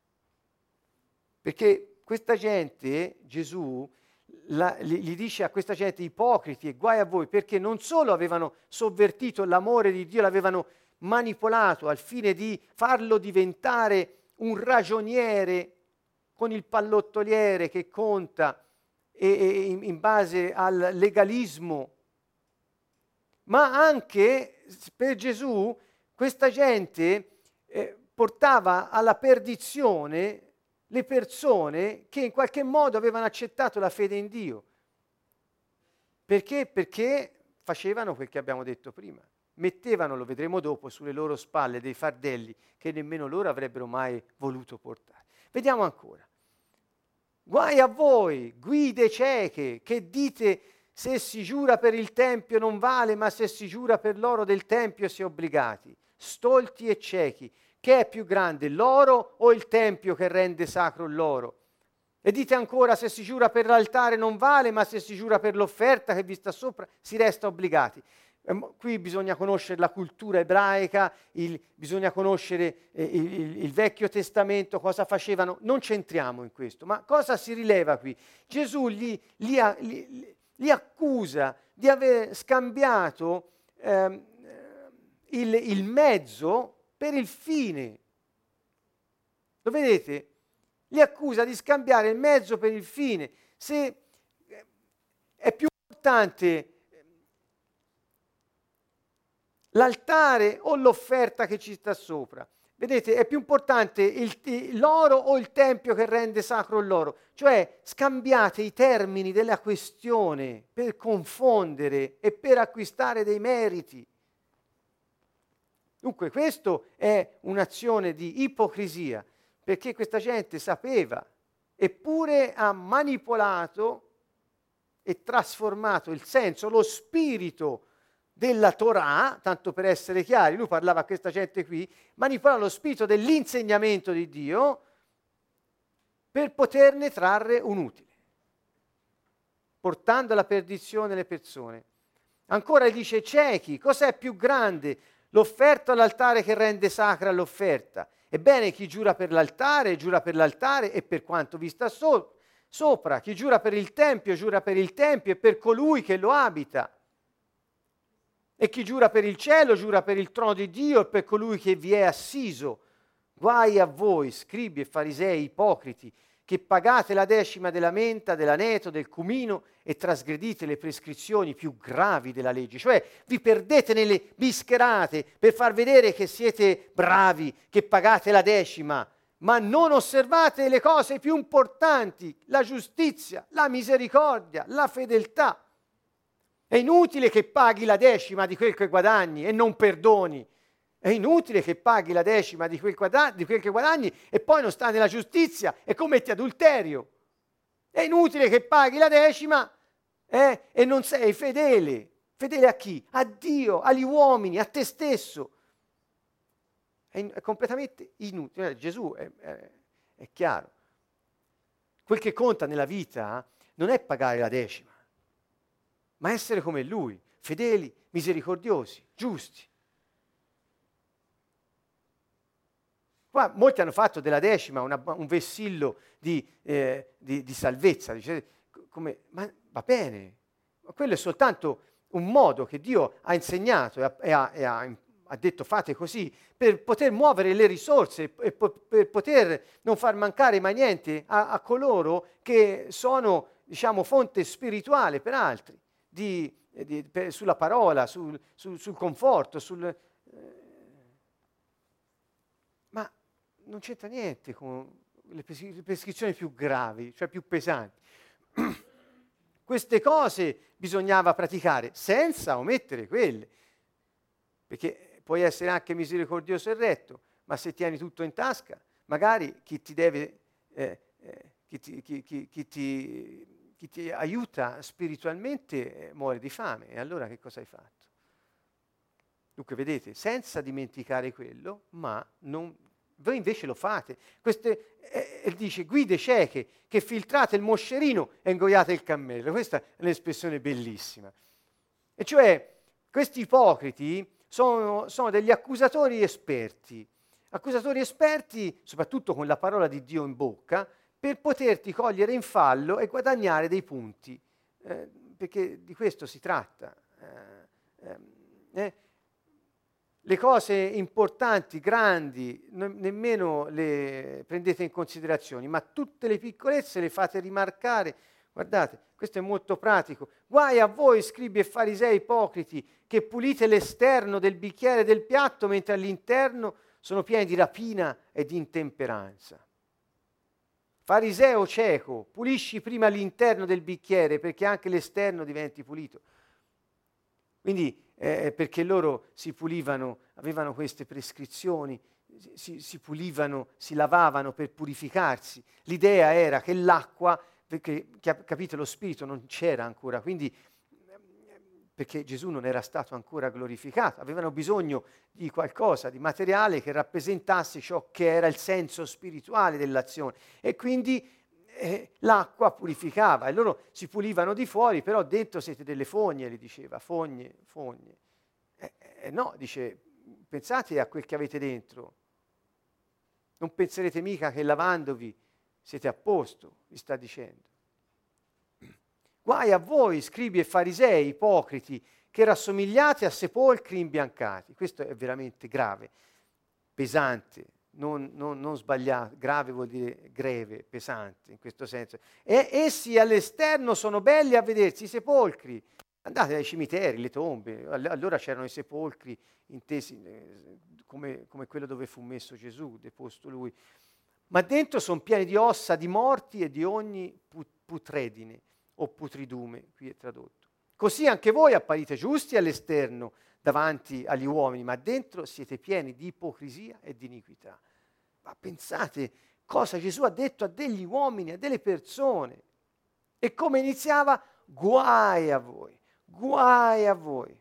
Perché questa gente, Gesù, la, gli, gli dice a questa gente ipocriti e guai a voi, perché non solo avevano sovvertito l'amore di Dio, l'avevano manipolato al fine di farlo diventare un ragioniere con il pallottoliere che conta e, e in, in base al legalismo, ma anche per Gesù questa gente eh, portava alla perdizione le persone che in qualche modo avevano accettato la fede in Dio. Perché? Perché facevano quel che abbiamo detto prima. Mettevano, lo vedremo dopo, sulle loro spalle dei fardelli che nemmeno loro avrebbero mai voluto portare. Vediamo ancora. Guai a voi, guide cieche, che dite se si giura per il Tempio non vale, ma se si giura per l'oro del Tempio si è obbligati. Stolti e ciechi. Che è più grande, l'oro o il tempio che rende sacro l'oro? E dite ancora, se si giura per l'altare non vale, ma se si giura per l'offerta che vi sta sopra si resta obbligati. Eh, qui bisogna conoscere la cultura ebraica, il, bisogna conoscere eh, il, il, il Vecchio Testamento, cosa facevano. Non c'entriamo in questo, ma cosa si rileva qui? Gesù li, li, li, li accusa di aver scambiato eh, il, il mezzo per il fine. Lo vedete? Li accusa di scambiare il mezzo per il fine. Se è più importante l'altare o l'offerta che ci sta sopra. Vedete, è più importante il, l'oro o il tempio che rende sacro l'oro. Cioè, scambiate i termini della questione per confondere e per acquistare dei meriti. Dunque, questo è un'azione di ipocrisia, perché questa gente sapeva, eppure ha manipolato e trasformato il senso, lo spirito della Torah, tanto per essere chiari, lui parlava a questa gente qui, manipolava lo spirito dell'insegnamento di Dio per poterne trarre un utile, portando alla perdizione le persone. Ancora dice ciechi, cos'è più grande? L'offerta all'altare che rende sacra l'offerta. Ebbene, chi giura per l'altare, giura per l'altare e per quanto vi sta so- sopra. Chi giura per il tempio, giura per il tempio e per colui che lo abita. E chi giura per il cielo, giura per il trono di Dio e per colui che vi è assiso. Guai a voi, scribi e farisei ipocriti, che pagate la decima della menta, dell'aneto, del cumino e trasgredite le prescrizioni più gravi della legge. Cioè vi perdete nelle bischerate per far vedere che siete bravi, che pagate la decima, ma non osservate le cose più importanti, la giustizia, la misericordia, la fedeltà. È inutile che paghi la decima di quel che guadagni e non perdoni. È inutile che paghi la decima di quel, guada- di quel che guadagni e poi non stai nella giustizia e commetti adulterio. È inutile che paghi la decima eh, e non sei fedele. Fedele a chi? A Dio, agli uomini, a te stesso. È, in- è completamente inutile. Gesù è, è, è chiaro. Quel che conta nella vita non è pagare la decima, ma essere come Lui, fedeli, misericordiosi, giusti. Qua molti hanno fatto della decima una, un vessillo di, eh, di, di salvezza, dice, come, ma va bene, ma quello è soltanto un modo che Dio ha insegnato e ha, e ha, e ha, ha detto fate così, per poter muovere le risorse e po- per poter non far mancare mai niente a, a coloro che sono, diciamo, fonte spirituale per altri, di, di, per, sulla parola, sul, sul, sul conforto, sul... Eh, ma non c'entra niente con le, pres- le prescrizioni più gravi, cioè più pesanti. Queste cose bisognava praticare senza omettere quelle, perché puoi essere anche misericordioso e retto, ma se tieni tutto in tasca, magari chi ti deve, eh, eh, chi, ti, chi, chi, chi, ti, chi ti aiuta spiritualmente eh, muore di fame, e allora che cosa hai fatto? Dunque vedete, senza dimenticare quello, ma non, voi invece lo fate. Queste, eh, dice guide cieche che filtrate il moscerino e ingoiate il cammello. Questa è un'espressione bellissima. E cioè questi ipocriti sono, sono degli accusatori esperti, accusatori esperti soprattutto con la parola di Dio in bocca per poterti cogliere in fallo e guadagnare dei punti, eh, perché di questo si tratta. Eh, eh, Le cose importanti, grandi, ne- nemmeno le prendete in considerazione, ma tutte le piccolezze le fate rimarcare. Guardate, questo è molto pratico. Guai a voi, scribi e farisei ipocriti, che pulite l'esterno del bicchiere e del piatto, mentre all'interno sono pieni di rapina e di intemperanza. Fariseo cieco, pulisci prima l'interno del bicchiere perché anche l'esterno diventi pulito. Quindi eh, perché loro si pulivano, avevano queste prescrizioni, si, si pulivano, si lavavano per purificarsi. L'idea era che l'acqua, perché capite lo spirito non c'era ancora, quindi perché Gesù non era stato ancora glorificato, avevano bisogno di qualcosa, di materiale che rappresentasse ciò che era il senso spirituale dell'azione e quindi eh, l'acqua purificava e loro si pulivano di fuori, però dentro siete delle fogne, gli diceva, fogne, fogne. Eh, eh, no, dice, pensate a quel che avete dentro, non penserete mica che lavandovi siete a posto, vi sta dicendo. Guai a voi, scribi e farisei, ipocriti, che rassomigliate a sepolcri imbiancati. Questo è veramente grave, pesante, non, non, non sbagliato. Grave vuol dire greve, pesante in questo senso. E essi all'esterno sono belli a vedersi, i sepolcri. Andate ai cimiteri, le tombe, allora c'erano i sepolcri intesi come, come quello dove fu messo Gesù, deposto lui. Ma dentro sono pieni di ossa, di morti e di ogni putredine o putridume, qui è tradotto. Così anche voi apparite giusti all'esterno davanti agli uomini, ma dentro siete pieni di ipocrisia e di iniquità. Ma pensate cosa Gesù ha detto a degli uomini, a delle persone. E come iniziava? Guai a voi, guai a voi.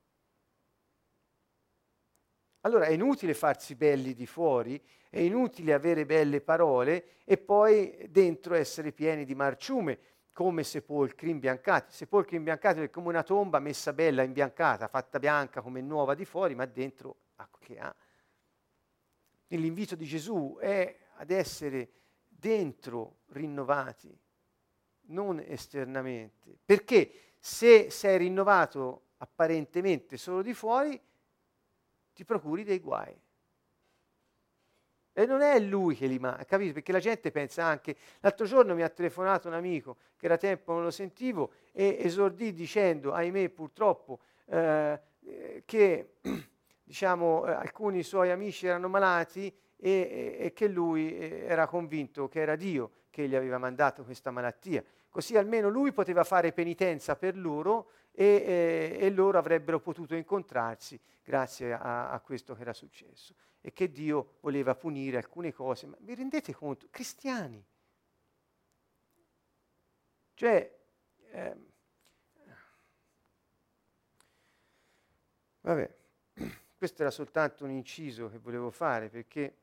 Allora è inutile farsi belli di fuori, è inutile avere belle parole e poi dentro essere pieni di marciume, come sepolcri imbiancati. Sepolcri imbiancati è come una tomba messa bella, imbiancata, fatta bianca come nuova di fuori, ma dentro acqua che ha. L'invito di Gesù è ad essere dentro rinnovati, non esternamente. Perché se sei rinnovato apparentemente solo di fuori, ti procuri dei guai. E non è lui che li manca, capito? Perché la gente pensa anche... L'altro giorno mi ha telefonato un amico, che era tempo non lo sentivo, e esordì dicendo, ahimè purtroppo, eh, che diciamo, eh, alcuni suoi amici erano malati e, e, e che lui eh, era convinto che era Dio che gli aveva mandato questa malattia. Così almeno lui poteva fare penitenza per loro e, e, e loro avrebbero potuto incontrarsi grazie a, a questo che era successo. E che Dio voleva punire alcune cose. Ma vi rendete conto? Cristiani. Cioè, eh, vabbè, questo era soltanto un inciso che volevo fare perché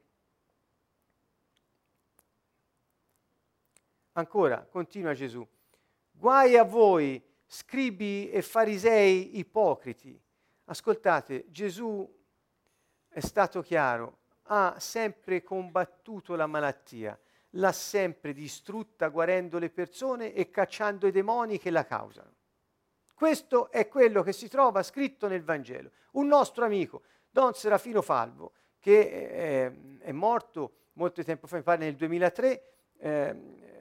ancora, continua Gesù, guai a voi, scribi e farisei ipocriti. Ascoltate, Gesù è stato chiaro, ha sempre combattuto la malattia, l'ha sempre distrutta guarendo le persone e cacciando i demoni che la causano. Questo è quello che si trova scritto nel Vangelo. Un nostro amico, Don Serafino Falvo, che è, è morto molto tempo fa, mi pare nel duemilatré, eh,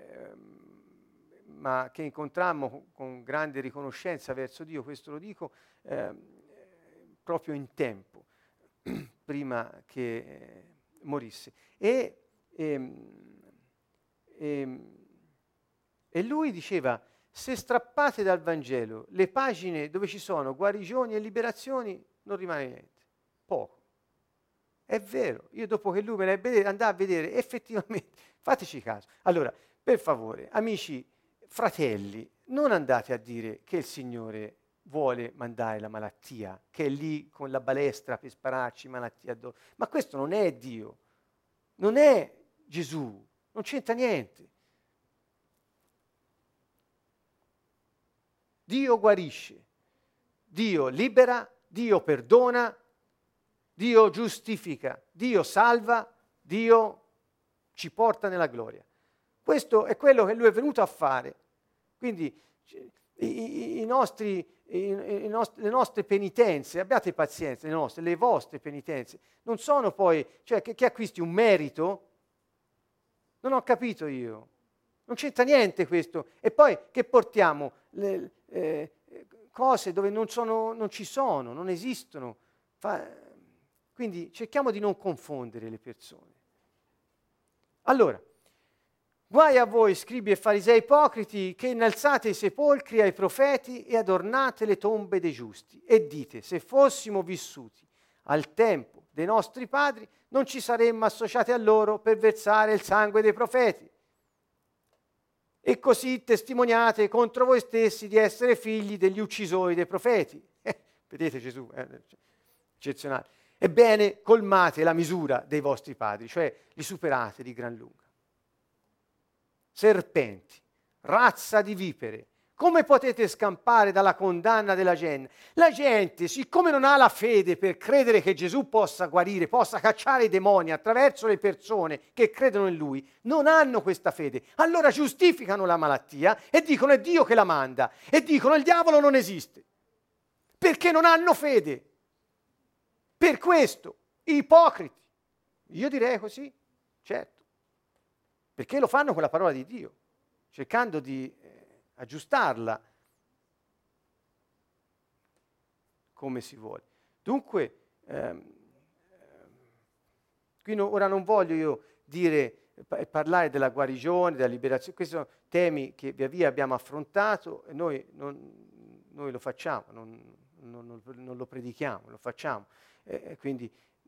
ma che incontrammo con, con grande riconoscenza verso Dio, questo lo dico, eh, proprio in tempo, prima che eh, morisse. E, e, e, e lui diceva, se strappate dal Vangelo le pagine dove ci sono guarigioni e liberazioni, non rimane niente, poco. È vero, io dopo che lui me l'ebbe andai a vedere, effettivamente, fateci caso. Allora, per favore, amici, fratelli, non andate a dire che il Signore vuole mandare la malattia, che è lì con la balestra per spararci malattia addosso. Ma questo non è Dio, non è Gesù, non c'entra niente. Dio guarisce, Dio libera, Dio perdona, Dio giustifica, Dio salva, Dio ci porta nella gloria. Questo è quello che lui è venuto a fare. Quindi i, i, i nostri, i, i nostri, le nostre penitenze, abbiate pazienza, le nostre, le vostre penitenze, non sono poi, cioè che, che acquisti un merito? Non ho capito io. Non c'entra niente questo. E poi che portiamo le, eh, cose dove non, sono, non ci sono, non esistono. Fa, quindi cerchiamo di non confondere le persone. Allora, guai a voi, scribi e farisei ipocriti, che innalzate i sepolcri ai profeti e adornate le tombe dei giusti. E dite, se fossimo vissuti al tempo dei nostri padri, non ci saremmo associati a loro per versare il sangue dei profeti. E così testimoniate contro voi stessi di essere figli degli uccisori dei profeti. Eh, vedete Gesù, eh, eccezionale. Ebbene, colmate la misura dei vostri padri, cioè li superate di gran lunga. Serpenti, razza di vipere, come potete scampare dalla condanna della gente? La gente, siccome non ha la fede per credere che Gesù possa guarire, possa cacciare i demoni attraverso le persone che credono in Lui, non hanno questa fede. Allora giustificano la malattia e dicono è Dio che la manda e dicono il diavolo non esiste, perché non hanno fede. Per questo, ipocriti, io direi così, certo. Perché lo fanno con la parola di Dio, cercando di eh, aggiustarla come si vuole. Dunque, ehm, Qui no, ora non voglio io dire, pa- parlare della guarigione, della liberazione, questi sono temi che via via abbiamo affrontato e noi, non, noi lo facciamo, non, non- non- non lo predichiamo, lo facciamo. Eh, quindi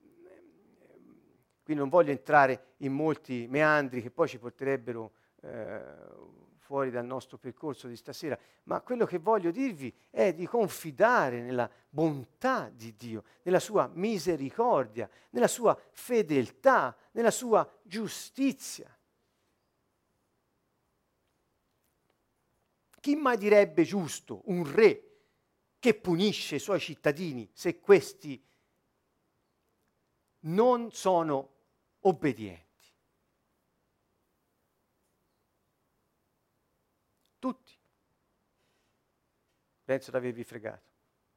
Qui non voglio entrare in molti meandri che poi ci porterebbero eh, fuori dal nostro percorso di stasera, ma quello che voglio dirvi è di confidare nella bontà di Dio, nella sua misericordia, nella sua fedeltà, nella sua giustizia. Chi mai direbbe giusto un re che punisce i suoi cittadini se questi non sono obbedienti? Tutti. Penso di avervi fregato.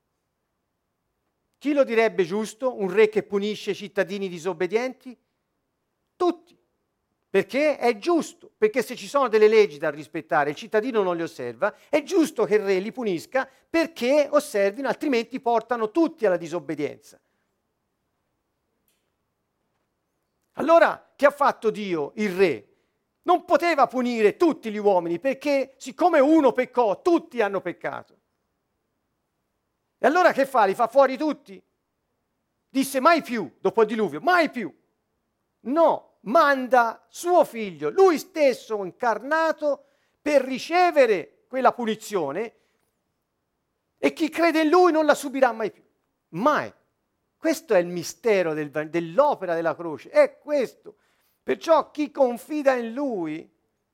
Chi lo direbbe giusto? Un re che punisce i cittadini disobbedienti? Tutti. Perché è giusto, perché se ci sono delle leggi da rispettare, il cittadino non le osserva, è giusto che il re li punisca perché osservino, altrimenti portano tutti alla disobbedienza. Allora, che ha fatto Dio, il re? Non poteva punire tutti gli uomini perché, siccome uno peccò, tutti hanno peccato. E allora che fa? Li fa fuori tutti? Disse mai più, dopo il diluvio, mai più. No, manda suo figlio, lui stesso incarnato, per ricevere quella punizione e chi crede in lui non la subirà mai più. Mai. Questo è il mistero del, dell'opera della croce, è questo. Perciò chi confida in lui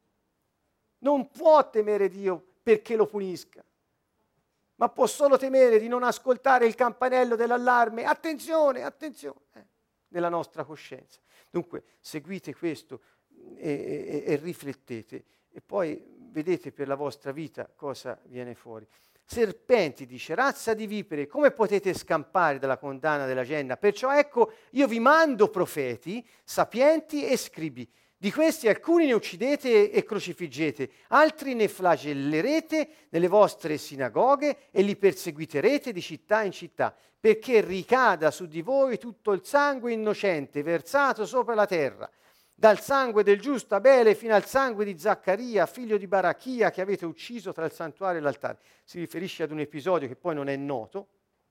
non può temere Dio perché lo punisca, ma può solo temere di non ascoltare il campanello dell'allarme. Attenzione, attenzione, eh, nella nostra coscienza. Dunque, seguite questo e, e, e riflettete e poi vedete per la vostra vita cosa viene fuori. Serpenti, dice, razza di vipere, come potete scampare dalla condanna della genna? Perciò ecco, io vi mando profeti, sapienti e scribi. Di questi alcuni ne uccidete e crocifiggete, altri ne flagellerete nelle vostre sinagoghe e li perseguiterete di città in città, perché ricada su di voi tutto il sangue innocente versato sopra la terra, dal sangue del giusto Abele fino al sangue di Zaccaria, figlio di Barachia, che avete ucciso tra il santuario e l'altare. Si riferisce ad un episodio che poi non è noto,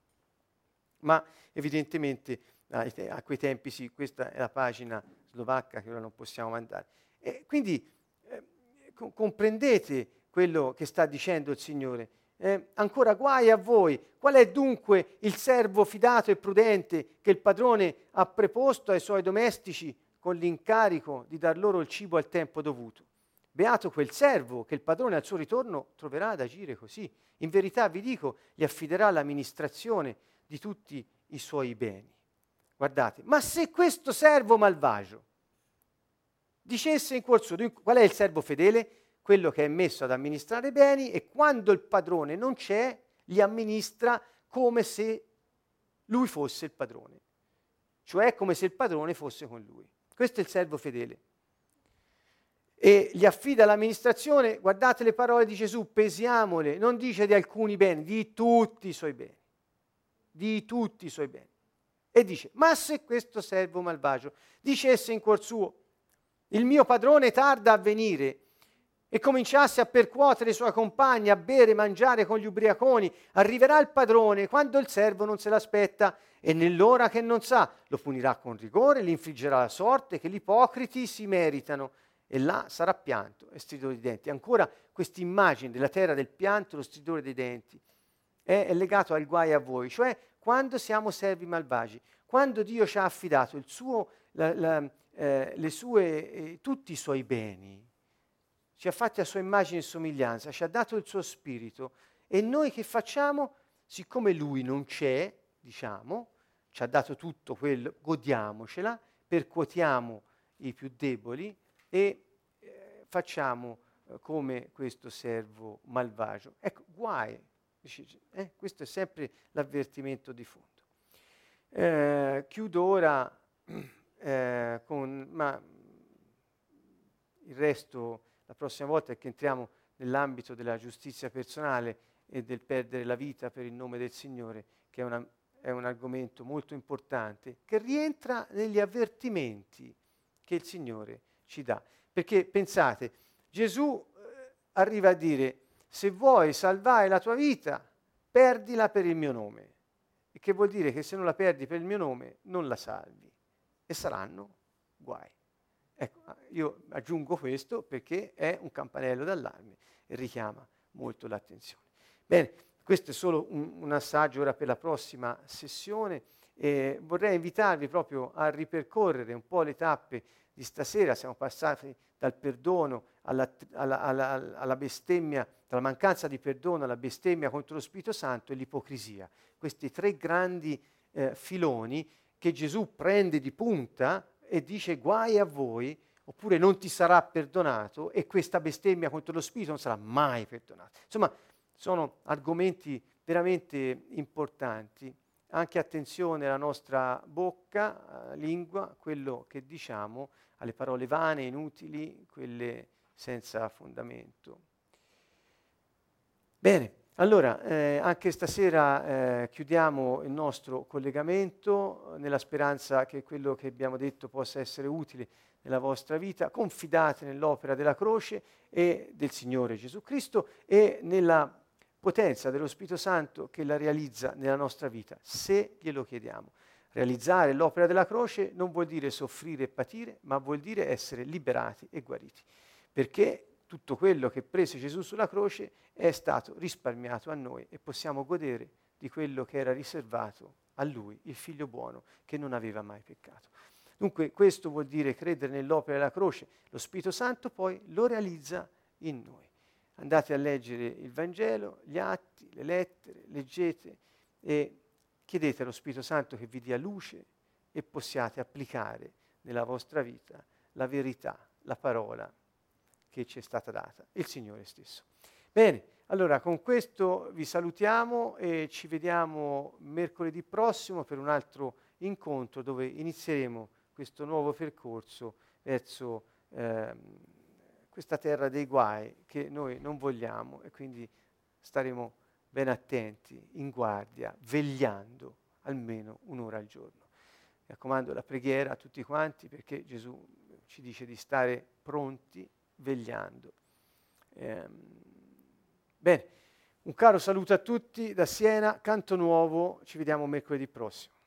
ma evidentemente a quei tempi sì, questa è la pagina slovacca che ora non possiamo mandare. E quindi eh, co- comprendete quello che sta dicendo il Signore. Eh, ancora guai a voi. Qual è dunque il servo fidato e prudente che il padrone ha preposto ai suoi domestici con l'incarico di dar loro il cibo al tempo dovuto? Beato quel servo che il padrone al suo ritorno troverà ad agire così. In verità vi dico, gli affiderà l'amministrazione di tutti i suoi beni. Guardate, ma se questo servo malvagio dicesse in cuor suo, qual è il servo fedele? Quello che è messo ad amministrare beni e quando il padrone non c'è, li amministra come se lui fosse il padrone, cioè come se il padrone fosse con lui. Questo è il servo fedele. E gli affida l'amministrazione, guardate le parole di Gesù, pesiamole, non dice di alcuni beni, di tutti i suoi beni, di tutti i suoi beni. E dice, ma se questo servo malvagio dicesse in cuor suo, il mio padrone tarda a venire, e cominciasse a percuotere i suoi compagni, a bere e mangiare con gli ubriaconi, arriverà il padrone quando il servo non se l'aspetta e nell'ora che non sa, lo punirà con rigore, gli infliggerà la sorte che gli ipocriti si meritano, e là sarà pianto e stridore di denti. Ancora questa immagine della terra del pianto e lo stridore dei denti è, è legato al guai a voi, cioè quando siamo servi malvagi, quando Dio ci ha affidato il suo, la, la, eh, le sue, eh, tutti i suoi beni, ci ha fatti a sua immagine e somiglianza, ci ha dato il suo spirito e noi che facciamo? Siccome lui non c'è, diciamo, ci ha dato tutto quello, godiamocela, percuotiamo i più deboli e eh, facciamo eh, come questo servo malvagio. Ecco, guai, eh, questo è sempre l'avvertimento di fondo. Eh, chiudo ora eh, con, ma il resto la prossima volta è che entriamo nell'ambito della giustizia personale e del perdere la vita per il nome del Signore, che è una è un argomento molto importante che rientra negli avvertimenti che il Signore ci dà. Perché pensate, Gesù eh, arriva a dire: se vuoi salvare la tua vita, perdila per il mio nome. E che vuol dire che se non la perdi per il mio nome, non la salvi. E saranno guai. Ecco, io aggiungo questo perché è un campanello d'allarme e richiama molto l'attenzione. Bene, questo è solo un, un assaggio ora per la prossima sessione. E vorrei invitarvi proprio a ripercorrere un po' le tappe di stasera. Siamo passati dal perdono alla, alla, alla, alla bestemmia, dalla mancanza di perdono alla bestemmia contro lo Spirito Santo e l'ipocrisia. Questi tre grandi eh, filoni che Gesù prende di punta e dice: guai a voi, oppure non ti sarà perdonato, e questa bestemmia contro lo Spirito non sarà mai perdonata. Insomma, sono argomenti veramente importanti. Anche attenzione alla nostra bocca, lingua, quello che diciamo, alle parole vane, inutili, quelle senza fondamento. Bene, allora eh, anche stasera eh, chiudiamo il nostro collegamento nella speranza che quello che abbiamo detto possa essere utile nella vostra vita. Confidate nell'opera della croce e del Signore Gesù Cristo e nella potenza dello Spirito Santo che la realizza nella nostra vita, se glielo chiediamo. Realizzare l'opera della croce non vuol dire soffrire e patire, ma vuol dire essere liberati e guariti, perché tutto quello che prese Gesù sulla croce è stato risparmiato a noi e possiamo godere di quello che era riservato a Lui, il Figlio buono, che non aveva mai peccato. Dunque questo vuol dire credere nell'opera della croce. Lo Spirito Santo poi lo realizza in noi. Andate a leggere il Vangelo, gli atti, le lettere, leggete e chiedete allo Spirito Santo che vi dia luce e possiate applicare nella vostra vita la verità, la parola che ci è stata data, il Signore stesso. Bene, allora con questo vi salutiamo e ci vediamo mercoledì prossimo per un altro incontro dove inizieremo questo nuovo percorso verso ehm, questa terra dei guai che noi non vogliamo, e quindi staremo ben attenti, in guardia, vegliando almeno un'ora al giorno. Mi raccomando la preghiera a tutti quanti, perché Gesù ci dice di stare pronti, vegliando. Ehm, bene, un caro saluto a tutti da Siena, Canto Nuovo, ci vediamo mercoledì prossimo.